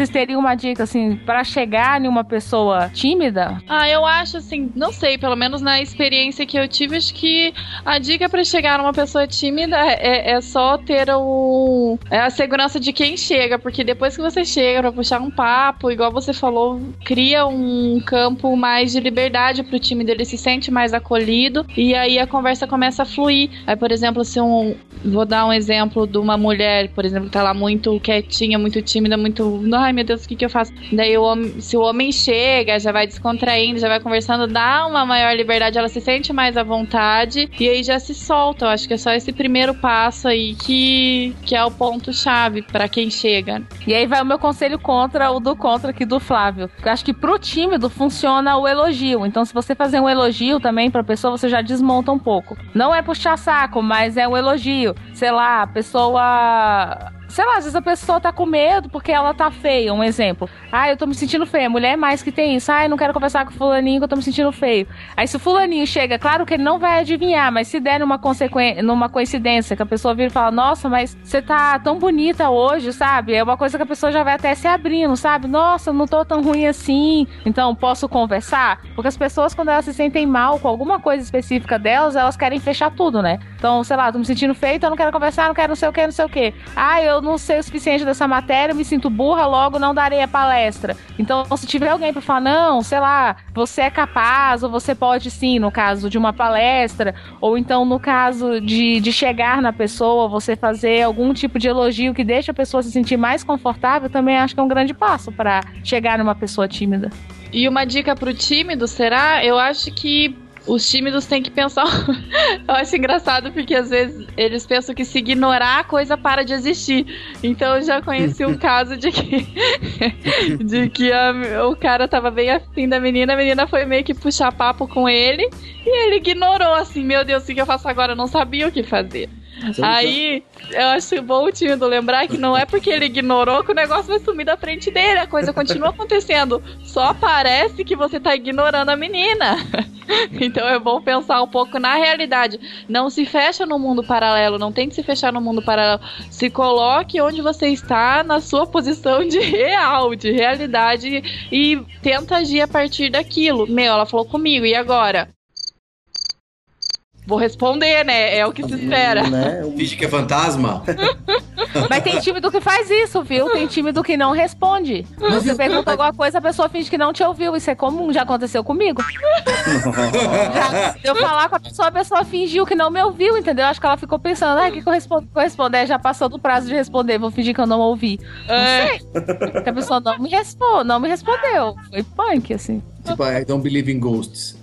vocês teriam uma dica, assim, pra chegar em uma pessoa tímida? Eu acho assim, não sei, pelo menos na experiência que eu tive, acho que a dica pra chegar numa pessoa tímida é só ter a segurança de quem chega, porque depois que você chega pra puxar um papo, igual você falou, cria um campo mais de liberdade pro tímido, ele se sente mais acolhido e aí a conversa começa a fluir. Aí, por exemplo, vou dar um exemplo de uma mulher, por exemplo, que tá lá muito quietinha, muito tímida, muito, ai meu Deus, o que eu faço? Daí se o homem chega, já vai descontraindo, já vai conversando, dá uma maior liberdade, ela se sente mais à vontade e aí já se solta. Eu acho que é só esse primeiro passo aí que é o ponto-chave pra quem chega. E aí vai o meu conselho contra aqui do Flávio. Eu acho que pro tímido funciona o elogio. Então, se você fazer um elogio também pra pessoa, você já desmonta um pouco. Não é puxar saco, mas é um elogio. Sei lá, a pessoa... Sei lá, às vezes a pessoa tá com medo porque ela tá feia, um exemplo. Eu tô me sentindo feia. Mulher mais que tem isso. Eu não quero conversar com o fulaninho que eu tô me sentindo feio. Aí se o fulaninho chega, claro que ele não vai adivinhar, mas se der numa coincidência, que a pessoa vira e fala, nossa, mas você tá tão bonita hoje, sabe? É uma coisa que a pessoa já vai até se abrindo, sabe? Nossa, eu não tô tão ruim assim. Então, posso conversar? Porque as pessoas, quando elas se sentem mal com alguma coisa específica delas, elas querem fechar tudo, né? Então, sei lá, tô me sentindo feio, então eu não quero conversar, não quero não sei o que, não sei o que. Eu não sei o suficiente dessa matéria, me sinto burra, logo não darei a palestra. Então, se tiver alguém pra falar, não, sei lá, você é capaz, ou você pode sim, no caso de uma palestra, ou então no caso de chegar na pessoa, você fazer algum tipo de elogio que deixe a pessoa se sentir mais confortável, também acho que é um grande passo pra chegar numa pessoa tímida. E uma dica pro tímido, será? Eu acho que os tímidos têm que pensar. Eu acho engraçado porque às vezes eles pensam que se ignorar a coisa para de existir. Então eu já conheci um caso de que o cara tava bem afim da menina, a menina foi meio que puxar papo com ele e ele ignorou assim, meu Deus, o que eu faço agora? Eu não sabia o que fazer. Aí, eu acho bom o tímido lembrar que não é porque ele ignorou que o negócio vai sumir da frente dele, a coisa continua acontecendo, só parece que você tá ignorando a menina. Então é bom pensar um pouco na realidade. Não se fecha no mundo paralelo, não tente se fechar no mundo paralelo. Se coloque onde você está, na sua posição de real, de realidade, e tenta agir a partir daquilo. Ela falou comigo, e agora? Vou responder, né? É o que se espera. Finge que é fantasma. Mas tem tímido que faz isso, viu? Tem tímido que não responde. Você pergunta alguma coisa, a pessoa finge que não te ouviu. Isso é comum, já aconteceu comigo. Eu falar com a pessoa fingiu que não me ouviu, entendeu? Acho que ela ficou pensando, o que eu respondo? Já passou do prazo de responder, vou fingir que eu não ouvi. Não sei. Porque a pessoa não me respondeu. Foi punk, assim. Tipo, I don't believe in ghosts.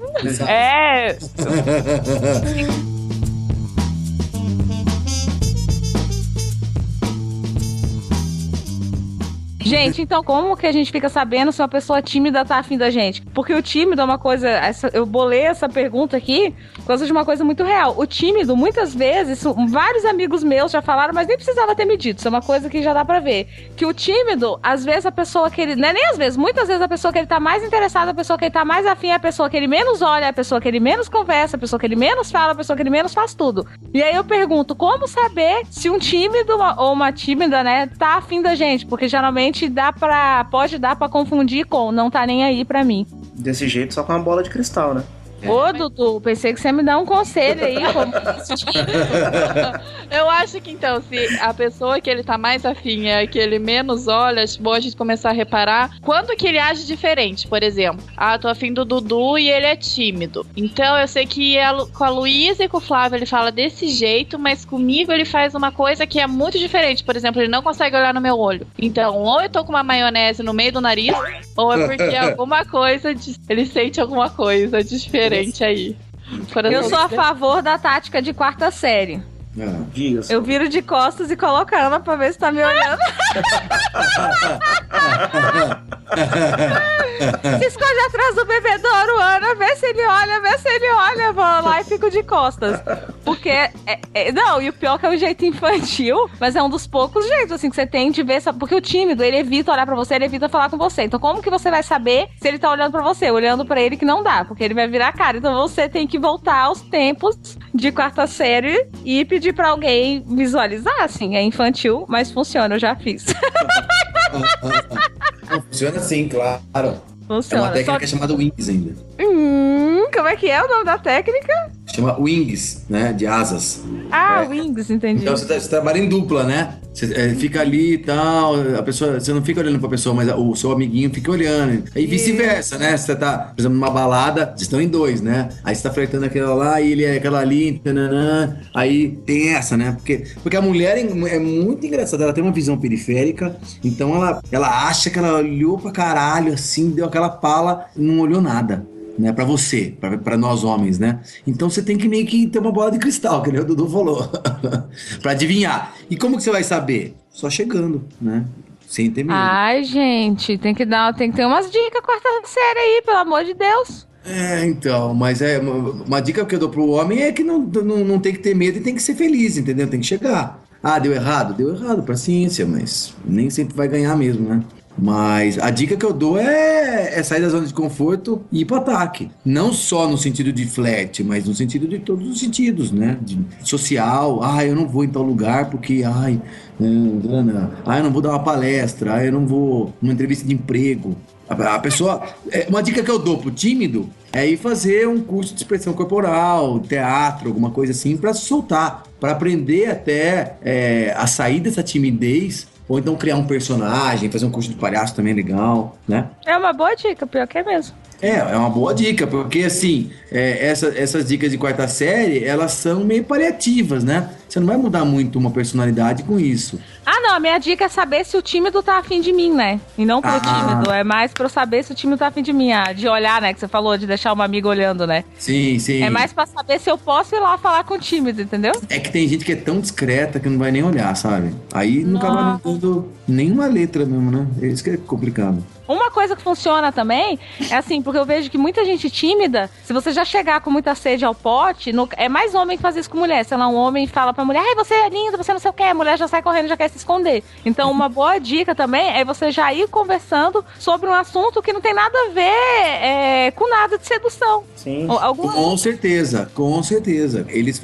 Gente, então como que a gente fica sabendo se uma pessoa tímida tá afim da gente? Porque o tímido é uma coisa... eu bolei essa pergunta aqui por causa de uma coisa muito real. O tímido, muitas vezes, vários amigos meus já falaram, mas nem precisava ter me dito. Isso é uma coisa que já dá pra ver. Que o tímido, às vezes a pessoa que ele... Não é nem às vezes, muitas vezes a pessoa que ele tá mais interessada, a pessoa que ele tá mais afim, é a pessoa que ele menos olha, a pessoa que ele menos conversa, a pessoa que ele menos fala, a pessoa que ele menos faz tudo. E aí eu pergunto, como saber se um tímido ou uma tímida, né, tá afim da gente? Porque geralmente pode dar pra confundir com não tá nem aí pra mim. Desse jeito, só com uma bola de cristal, né? Ô, Dudu, pensei que você ia me dar um conselho aí. Eu acho que então, se a pessoa que ele tá mais afim é que ele menos olha, acho bom a gente começar a reparar quando que ele age diferente. Por exemplo, tô afim do Dudu e ele é tímido. Então eu sei que com a Luísa e com o Flávio ele fala desse jeito, mas comigo ele faz uma coisa que é muito diferente. Por exemplo, ele não consegue olhar no meu olho. Então, ou eu tô com uma maionese no meio do nariz, ou é porque alguma coisa, ele sente alguma coisa diferente aí. Eu sou a favor da tática de quarta série. Eu viro de costas e coloco a Ana pra ver se tá me olhando. Se esconde atrás do bebedouro, Ana, vê se ele olha, vou lá e fico de costas. Porque, não, e o pior que é o jeito infantil, mas é um dos poucos jeitos, assim, que você tem de ver, porque o tímido, ele evita olhar pra você, ele evita falar com você. Então como que você vai saber se ele tá olhando pra você? Olhando pra ele que não dá, porque ele vai virar a cara. Então você tem que voltar aos tempos de quarta série e pedir pra alguém visualizar, assim, é infantil, mas funciona, eu já fiz. Funciona assim, claro. Funciona. É uma técnica chamada Wings ainda. Como é que é o nome da técnica? Chama Wings, né? De asas. Wings, entendi. Então você trabalha em dupla, né? Você fica ali e tal, a pessoa, você não fica olhando pra pessoa, mas o seu amiguinho fica olhando. Aí vice-versa, né? Você tá, por exemplo, numa balada, vocês estão em dois, né? Aí você tá flertando aquela lá e ele é aquela ali, tananã. Aí tem essa, né? Porque a mulher é muito engraçada, ela tem uma visão periférica, então ela acha que ela olhou pra caralho, assim, deu aquela pala e não olhou nada. Né, pra você, pra nós homens, né? Então você tem que meio que ter uma bola de cristal, que nem o Dudu falou, pra adivinhar. E como que você vai saber? Só chegando, né? Sem ter medo. Ai, gente, tem que ter umas dicas quarta série aí, pelo amor de Deus. Então, mas uma dica que eu dou pro homem é que não tem que ter medo e tem que ser feliz, entendeu? Tem que chegar. Deu errado? Deu errado, paciência, mas nem sempre vai ganhar mesmo, né? Mas a dica que eu dou é sair da zona de conforto e ir pro ataque. Não só no sentido de flerte, mas no sentido de todos os sentidos, né? De social. Eu não vou em tal lugar porque, eu não vou dar uma palestra. Eu não vou numa entrevista de emprego. A pessoa... Uma dica que eu dou pro tímido é ir fazer um curso de expressão corporal, teatro, alguma coisa assim, pra se soltar. Pra aprender até a sair dessa timidez. Ou então criar um personagem, fazer um curso de palhaço também é legal, né? É uma boa dica, pior que é mesmo. É uma boa dica, porque assim, essas dicas de quarta série, elas são meio paliativas, né? Você não vai mudar muito uma personalidade com isso. Não, a minha dica é saber se o tímido tá afim de mim, né? E não pro tímido, é mais pra eu saber se o tímido tá afim de mim. De olhar, né? Que você falou, de deixar uma amiga olhando, né? Sim. É mais pra saber se eu posso ir lá falar com o tímido, entendeu? É que tem gente que é tão discreta que não vai nem olhar, sabe? Aí não acaba dando nenhuma letra mesmo, né? É isso que é complicado. Uma coisa que funciona também é assim, porque eu vejo que muita gente tímida, se você já chegar com muita sede ao pote, é mais homem que faz isso com mulher. Se ela um homem fala pra mulher, você é linda, você não sei o que, a mulher já sai correndo, já quer se esconder. Então uma boa dica também é você já ir conversando sobre um assunto que não tem nada a ver com nada de sedução. Sim. Com certeza. Eles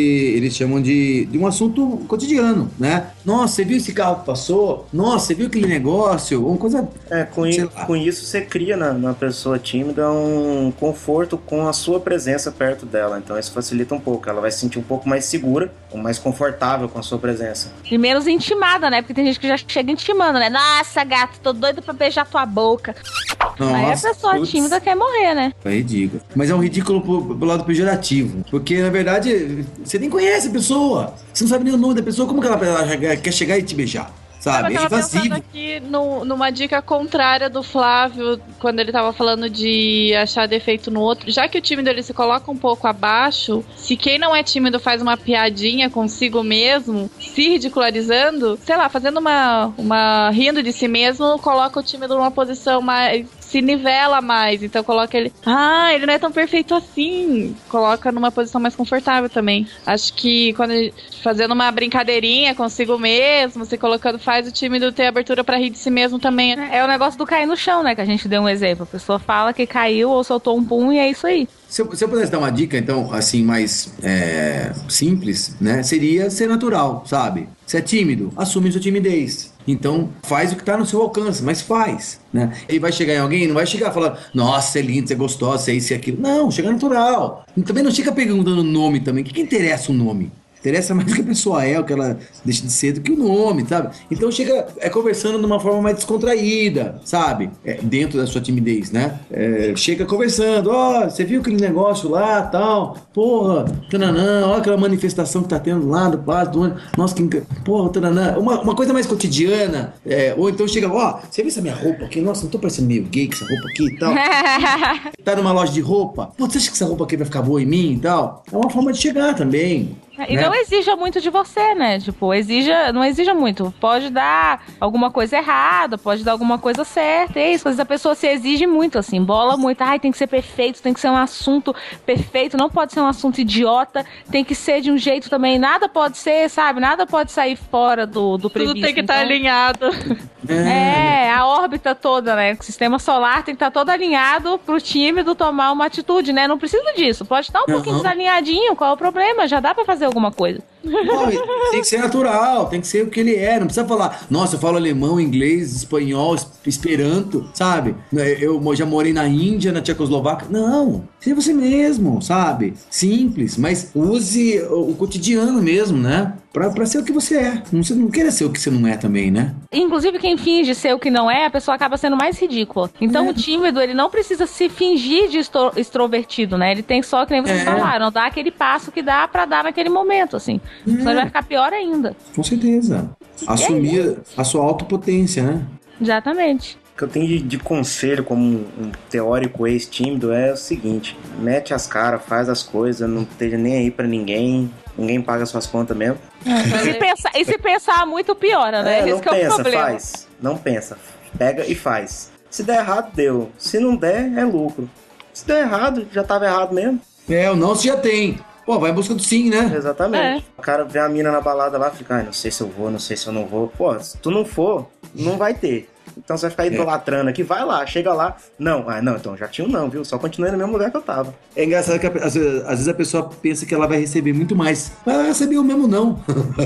chamam de um assunto cotidiano, né? Nossa, você viu esse carro que passou? Nossa, você viu aquele negócio? Uma coisa... Com isso você cria na pessoa tímida um conforto com a sua presença perto dela. Então isso facilita um pouco. Ela vai se sentir um pouco mais segura, ou mais confortável com a sua presença. E menos intimada, né? Porque tem gente que já chega intimando, né? Nossa, gato, tô doido pra beijar tua boca. Nossa, aí a pessoa tímida quer morrer, né? É ridículo. Mas é um ridículo pro lado pejorativo. Porque, na verdade, você nem conhece a pessoa. Você não sabe nem o nome da pessoa. Como que ela quer chegar e te beijar? Sabe? Eu tava pensando aqui numa dica contrária do Flávio, quando ele tava falando de achar defeito no outro. Já que o tímido ele se coloca um pouco abaixo, se quem não é tímido faz uma piadinha consigo mesmo, se ridicularizando, sei lá, fazendo uma rindo de si mesmo, coloca o tímido numa posição mais... se nivela mais, então coloca ele... ele não é tão perfeito assim. Coloca numa posição mais confortável também. Acho que quando fazendo uma brincadeirinha consigo mesmo, se colocando, faz o tímido ter abertura pra rir de si mesmo também. É o negócio do cair no chão, né? Que a gente deu um exemplo. A pessoa fala que caiu ou soltou um pum e é isso aí. Se eu pudesse dar uma dica, então, assim, mais simples, né? Seria ser natural, sabe? Se é tímido, assume sua timidez. Então, faz o que tá no seu alcance, mas faz, né? Ele vai chegar em alguém, não vai chegar falando, nossa, você é lindo, você é gostosa, você é isso e aquilo. Não, chega natural. E também não chega perguntando o nome também. O que interessa o nome? Interessa mais o que a pessoa é, o que ela deixa de ser, do que o nome, sabe? Então chega conversando de uma forma mais descontraída, sabe? Dentro da sua timidez, né? Chega conversando, você viu aquele negócio lá, tal, porra, tananã, olha aquela manifestação que tá tendo lá do Passo do ônibus, nossa, porra, tananã, uma coisa mais cotidiana, ou então chega, você viu essa minha roupa aqui? Nossa, não tô parecendo meio gay com essa roupa aqui e tal. Tá numa loja de roupa, você acha que essa roupa aqui vai ficar boa em mim e tal? É uma forma de chegar também. E não exija muito de você, né? Tipo, não exija muito. Pode dar alguma coisa errada, pode dar alguma coisa certa. É isso, às vezes a pessoa se exige muito, assim, bola muito. Tem que ser perfeito, tem que ser um assunto perfeito, não pode ser um assunto idiota, tem que ser de um jeito também. Nada pode ser, sabe? Nada pode sair fora do previsto. Tudo tem que estar alinhado. A órbita toda, né? O sistema solar tem que estar todo alinhado pro tímido tomar uma atitude, né? Não precisa disso. Pode estar um pouquinho desalinhadinho, qual é o problema? Já dá pra fazer alguma coisa. Não, tem que ser natural, tem que ser o que ele é. Não precisa falar, nossa, eu falo alemão, inglês, espanhol, esperanto, sabe? Eu já morei na Índia, na Tchecoslováquia. Não, seja você mesmo, sabe? Simples, mas use o cotidiano mesmo, né? Pra ser o que você é. Você não queira ser o que você não é também, né? Inclusive, quem finge ser o que não é, a pessoa acaba sendo mais ridícula. Então, o tímido, ele não precisa se fingir de extrovertido, né? Ele tem só, que nem vocês falaram, dar aquele passo que dá pra dar naquele momento, assim. Senão ele vai ficar pior ainda. Com certeza. Assumir a sua autopotência, né? Exatamente. O que eu tenho de conselho como um teórico ex-tímido é o seguinte: mete as caras, faz as coisas, não esteja nem aí pra ninguém paga suas contas mesmo. E se pensar muito, piora, né? Não Esse que é o pensa, problema. faz. Não pensa. Pega e faz. Se der errado, deu. Se não der, é lucro. Se der errado, já tava errado mesmo. O não se já tem. Pô, vai em busca do sim, né? Exatamente. O cara vê a mina na balada lá, fica, não sei se eu vou, não sei se eu não vou. Pô, se tu não for, não vai ter. Então você vai ficar idolatrando aqui, vai lá, chega lá. Não, então já tinha um não, viu? Só continuei no mesmo lugar que eu tava. É engraçado que às vezes a pessoa pensa que ela vai receber muito mais, mas ela recebeu o mesmo não.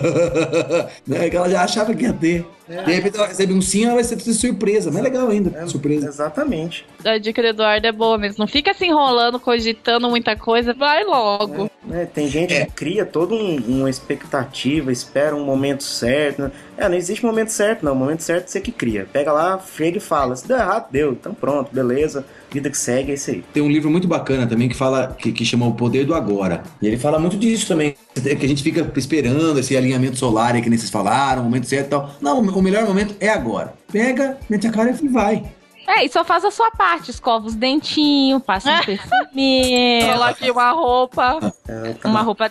Né? Que ela já achava que ia ter. De repente ela recebe um sim, ela vai ser surpresa. Mas é legal ainda, surpresa. Exatamente. A dica do Eduardo é boa mesmo. Não fica se enrolando, cogitando muita coisa, vai logo. Tem gente que cria toda uma expectativa, espera um momento certo. Né? Não existe momento certo, não. O momento certo é você que cria. Pega lá, chega e fala. Se deu errado, deu. Então pronto, beleza. Vida que segue, é isso aí. Tem um livro muito bacana também que fala, que chama O Poder do Agora. E ele fala muito disso também. Que a gente fica esperando esse alinhamento solar aí que nem vocês falaram, o momento certo e tal. Não, o melhor momento é agora. Pega, mete a cara e vai. E só faz a sua parte. Escova os dentinhos, passa um perfume. Coloque uma roupa. Uma roupa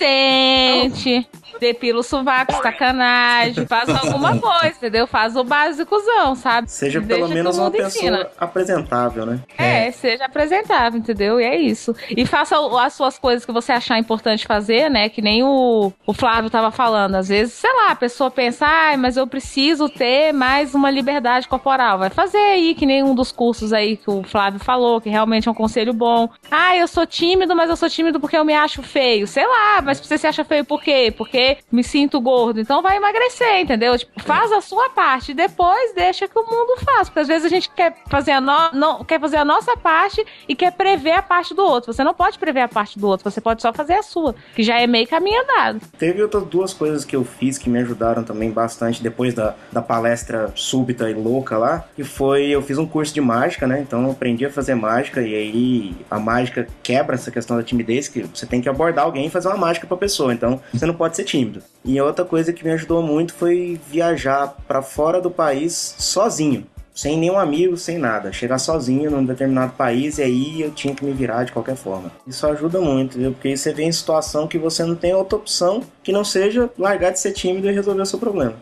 decente. Depila o sovaco, sacanagem. Faz alguma coisa, entendeu? Faz o básicozão, sabe? Seja pelo menos uma pessoa apresentável, né? Seja apresentável, entendeu? E é isso. E faça as suas coisas que você achar importante fazer, né? Que nem o Flávio tava falando. Às vezes, sei lá, a pessoa pensa, mas eu preciso ter mais uma liberdade corporal. Vai fazer aí, que nem um dos cursos aí que o Flávio falou, que realmente é um conselho bom. Eu sou tímido, mas eu sou tímido porque eu me acho feio. Sei lá, mas você se acha feio por quê? Porque me sinto gordo. Então vai emagrecer, entendeu? Tipo, faz a sua parte e depois deixa que o mundo faça. Porque às vezes a gente quer fazer quer fazer a nossa parte e quer prever a parte do outro. Você não pode prever a parte do outro, você pode só fazer a sua, que já é meio caminho andado. Teve outras duas coisas que eu fiz que me ajudaram também bastante depois da palestra súbita e louca lá, que foi, eu fiz um curso de mágica, né? Então eu aprendi a fazer mágica e aí a mágica quebra essa questão da timidez, que você tem que abordar alguém e fazer uma mágica pra pessoa, então você não pode ser tímido. E outra coisa que me ajudou muito foi viajar pra fora do país sozinho, sem nenhum amigo, sem nada. Chegar sozinho num determinado país e aí eu tinha que me virar de qualquer forma. Isso ajuda muito, viu? Porque aí você vê em situação que você não tem outra opção que não seja largar de ser tímido e resolver o seu problema.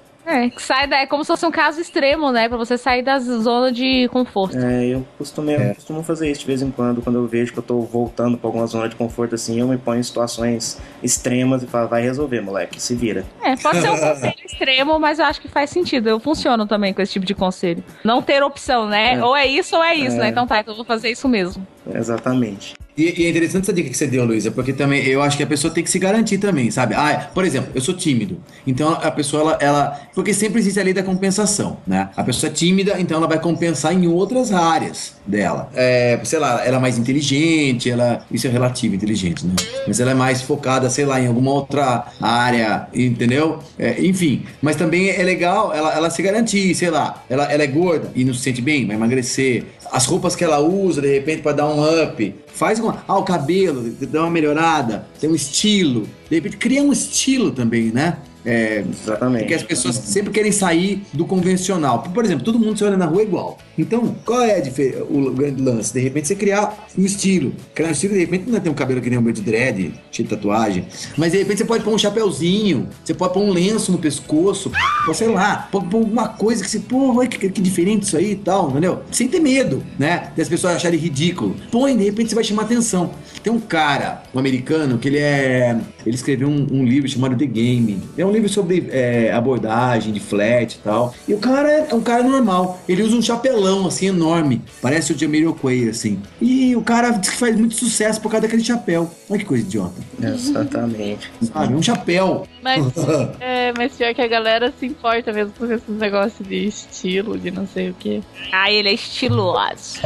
É como se fosse um caso extremo, né? Pra você sair da zona de conforto. Eu costumo fazer isso de vez em quando eu vejo que eu tô voltando pra alguma zona de conforto assim, eu me ponho em situações extremas e falo, vai resolver, moleque, se vira. Pode ser um conselho extremo, mas eu acho que faz sentido. Eu funciono também com esse tipo de conselho. Não ter opção, né? Ou é isso, né? Então então eu vou fazer isso mesmo. Exatamente. E é interessante essa dica que você deu, Luísa, porque também eu acho que a pessoa tem que se garantir também, sabe? Por exemplo, eu sou tímido. Então a pessoa, ela porque sempre existe a lei da compensação, né? A pessoa é tímida, então ela vai compensar em outras áreas dela. Sei lá, ela é mais inteligente, isso é relativo, inteligente, né? Mas ela é mais focada, sei lá, em alguma outra área, entendeu? Enfim, mas também é legal ela se garantir, sei lá, ela é gorda e não se sente bem, vai emagrecer. As roupas que ela usa, de repente, para dar um up. Faz o cabelo, dá uma melhorada, tem um estilo. De repente, cria um estilo também, né? Exatamente. Porque as pessoas sempre querem sair do convencional. Por exemplo, todo mundo se olha na rua igual. Então, qual é o grande lance? De repente, você criar um estilo. Criar um estilo, de repente, não é ter um cabelo que nem um meio de dread, cheio de tatuagem. Mas, de repente, você pode pôr um chapéuzinho. Você pode pôr um lenço no pescoço. Ou sei lá, pode pôr alguma coisa que você... que diferente isso aí e tal, entendeu? Sem ter medo, né? Das pessoas acharem ridículo. Põe, de repente, você vai chamar atenção. Tem um cara, um americano, que ele escreveu um livro chamado The Game. É um livro também sobre abordagem de flerte e tal. E o cara é um cara normal. Ele usa um chapelão, assim, enorme. Parece o Jamiroquai, assim. E o cara diz que faz muito sucesso por causa daquele chapéu. Olha que coisa idiota. Exatamente. Sabe? Um chapéu. Mas pior que a galera se importa mesmo com esses negócios de estilo, de não sei o quê. Ah, ele é estiloso.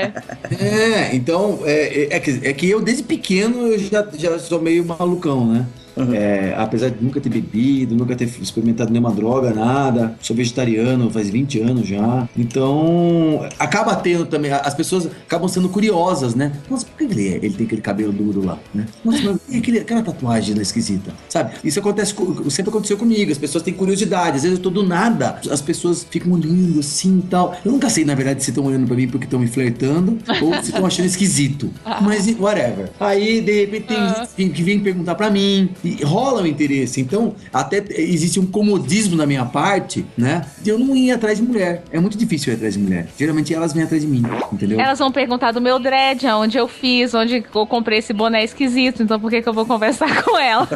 Então, que eu desde pequeno eu já sou meio malucão, né? Apesar de nunca ter bebido, nunca ter experimentado nenhuma droga, nada. Sou vegetariano faz 20 anos já. Então, acaba tendo também. As pessoas acabam sendo curiosas, né? Nossa, por que ele tem aquele cabelo duro lá, né? Nossa, mas e aquela tatuagem esquisita, sabe? Isso sempre aconteceu comigo. As pessoas têm curiosidade. Às vezes eu tô do nada, as pessoas ficam olhando assim e tal. Eu nunca sei, na verdade, se estão olhando pra mim porque estão me flertando ou se estão achando esquisito. Mas, whatever. Aí, de repente, tem gente que vem perguntar pra mim. E rola o interesse. Então, até existe um comodismo da minha parte, né? De eu não ir atrás de mulher. É muito difícil ir atrás de mulher. Geralmente elas vêm atrás de mim, entendeu? Elas vão perguntar do meu dread, aonde eu fiz, onde eu comprei esse boné esquisito. Então, por que eu vou conversar com ela?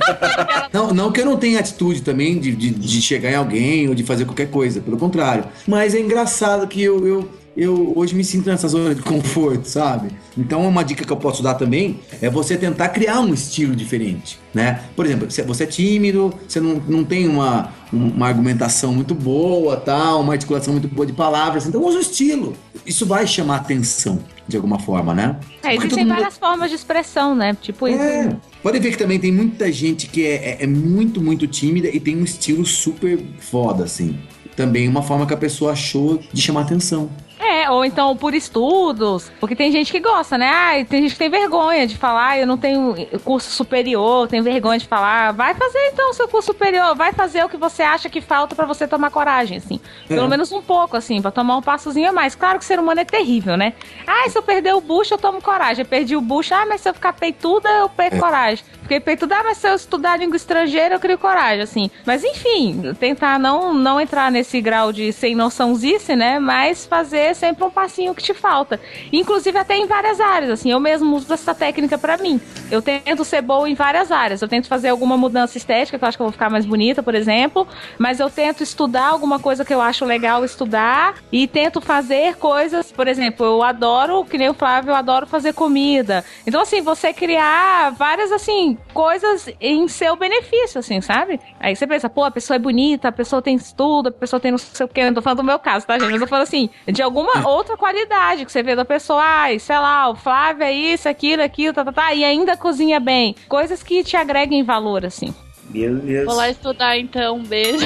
Não que eu não tenha atitude também de chegar em alguém ou de fazer qualquer coisa. Pelo contrário. Mas é engraçado que eu hoje me sinto nessa zona de conforto, sabe? Então, uma dica que eu posso dar também é você tentar criar um estilo diferente, né? Por exemplo, se você é tímido, você não tem uma argumentação muito boa, tal, uma articulação muito boa de palavras, então usa o estilo. Isso vai chamar atenção, de alguma forma, né? Existem várias formas de expressão, né? Tipo isso. Pode ver que também tem muita gente que é muito, muito tímida e tem um estilo super foda, assim. Também uma forma que a pessoa achou de chamar atenção. Ou então por estudos, porque tem gente que gosta, né? Tem gente que tem vergonha de falar, eu não tenho curso superior, tenho vergonha de falar. Vai fazer então o seu curso superior, vai fazer o que você acha que falta pra você tomar coragem, assim. Pelo menos um pouco, assim, pra tomar um passozinho a mais. Claro que o ser humano é terrível, né? Se eu perder o bucho, eu tomo coragem. Eu perdi o bucho, mas se eu ficar peituda, eu perco coragem. Fiquei peituda, mas se eu estudar língua estrangeira, eu crio coragem, assim. Mas enfim, tentar não entrar nesse grau de sem noçãozice, né? Mas fazer sempre um passinho que te falta. Inclusive até em várias áreas, assim. Eu mesmo uso essa técnica pra mim. Eu tento ser boa em várias áreas. Eu tento fazer alguma mudança estética, que eu acho que eu vou ficar mais bonita, por exemplo. Mas eu tento estudar alguma coisa que eu acho legal estudar. E tento fazer coisas, por exemplo, eu adoro, que nem o Flávio, eu adoro fazer comida. Então, assim, você criar várias, assim, coisas em seu benefício, assim, sabe? Aí você pensa, pô, a pessoa é bonita, a pessoa tem estudo, a pessoa tem não sei o quê. Eu não tô falando do meu caso, tá, gente? Mas eu tô falando, assim, de alguma outra qualidade que você vê da pessoa, sei lá, o Flávio é isso, aquilo, e ainda cozinha bem. Coisas que te agreguem valor, assim. Beleza. Vou lá estudar, então. Beijo.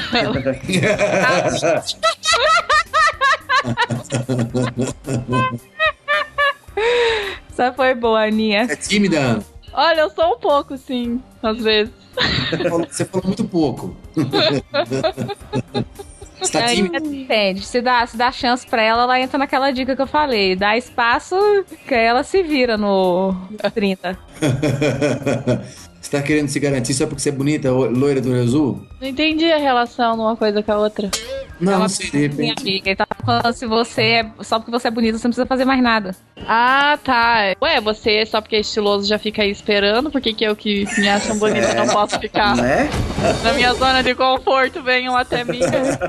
Essa foi boa, Aninha. É tímida? Olha, eu sou um pouco, sim, às vezes. Você falou muito pouco. Você tá tímida? Entende? Se dá chance pra ela, ela entra naquela dica que eu falei. Dá espaço que ela se vira no 30. Você tá querendo se garantir só porque você é bonita, loira do olho azul? Não entendi a relação de uma coisa com a outra. Não sei, de repente. Amiga, ele tá falando, só porque você é bonita, você não precisa fazer mais nada. Ah, tá. Ué, você só porque é estiloso já fica aí esperando, porque que eu que me acham bonita não posso ficar Né? na minha zona de conforto, venham até mim.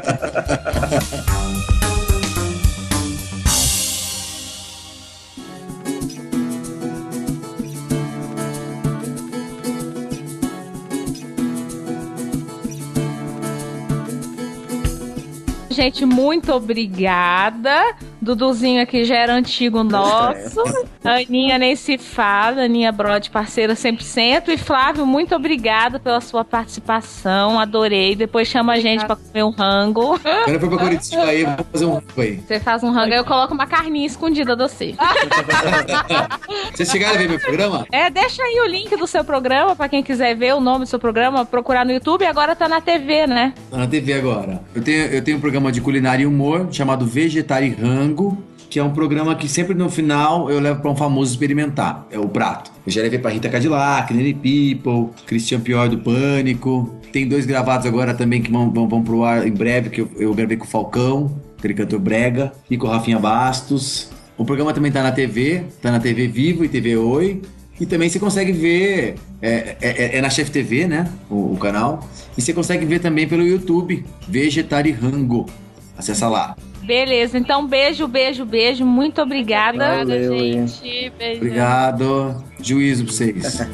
Gente, muito obrigada. Duduzinho aqui já era antigo nosso. Aninha nem se fala. Aninha Brod, parceira 100%. E Flávio, muito obrigada pela sua participação. Adorei. Depois chama a gente pra comer um rango. Quando eu for pra Curitiba aí, vou fazer um rango aí. Você faz um rango, aí eu coloco uma carninha escondida de você. Vocês chegaram a ver meu programa? Deixa aí o link do seu programa pra quem quiser ver o nome do seu programa, procurar no YouTube. E agora tá na TV, né? Tá na TV agora. Eu tenho um programa de culinária e humor chamado Vegetari Rango, que é um programa que sempre no final eu levo pra um famoso experimentar. É o prato. Eu já levei pra Rita Cadillac, Nelly People, Christian Pior do Pânico. Tem 2 gravados agora também que vão pro ar em breve, que eu gravei com o Falcão, aquele cantor brega, e com o Rafinha Bastos. O programa também tá na TV Vivo e TV Oi. E também você consegue ver, é na Chef TV, né? O canal. E você consegue ver também pelo YouTube, Vegetarirango. Acessa lá. Beleza, então beijo. Muito obrigada. Valeu, gente. Beijo. Obrigado. Juízo pra vocês.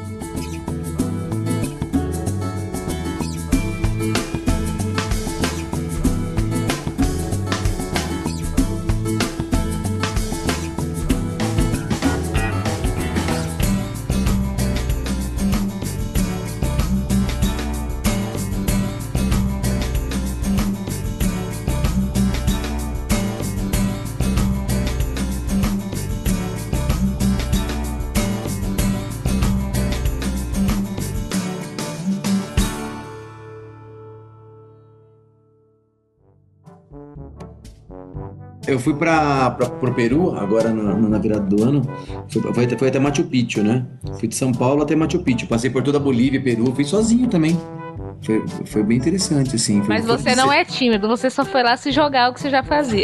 Eu fui pro Peru, agora na virada do ano. Foi até Machu Picchu, né? Fui de São Paulo até Machu Picchu. Passei por toda a Bolívia e Peru. Fui sozinho também. Foi bem interessante, assim. Mas você não é tímido, você só foi lá se jogar o que você já fazia.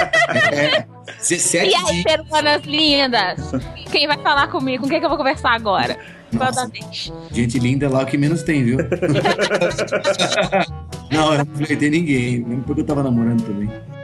17 E aí, peruanas lindas? Quem vai falar comigo? Com quem que eu vou conversar agora? Toda vez. Gente linda lá, o que menos tem, viu? Não, eu não flertei ninguém. Mesmo porque eu tava namorando também.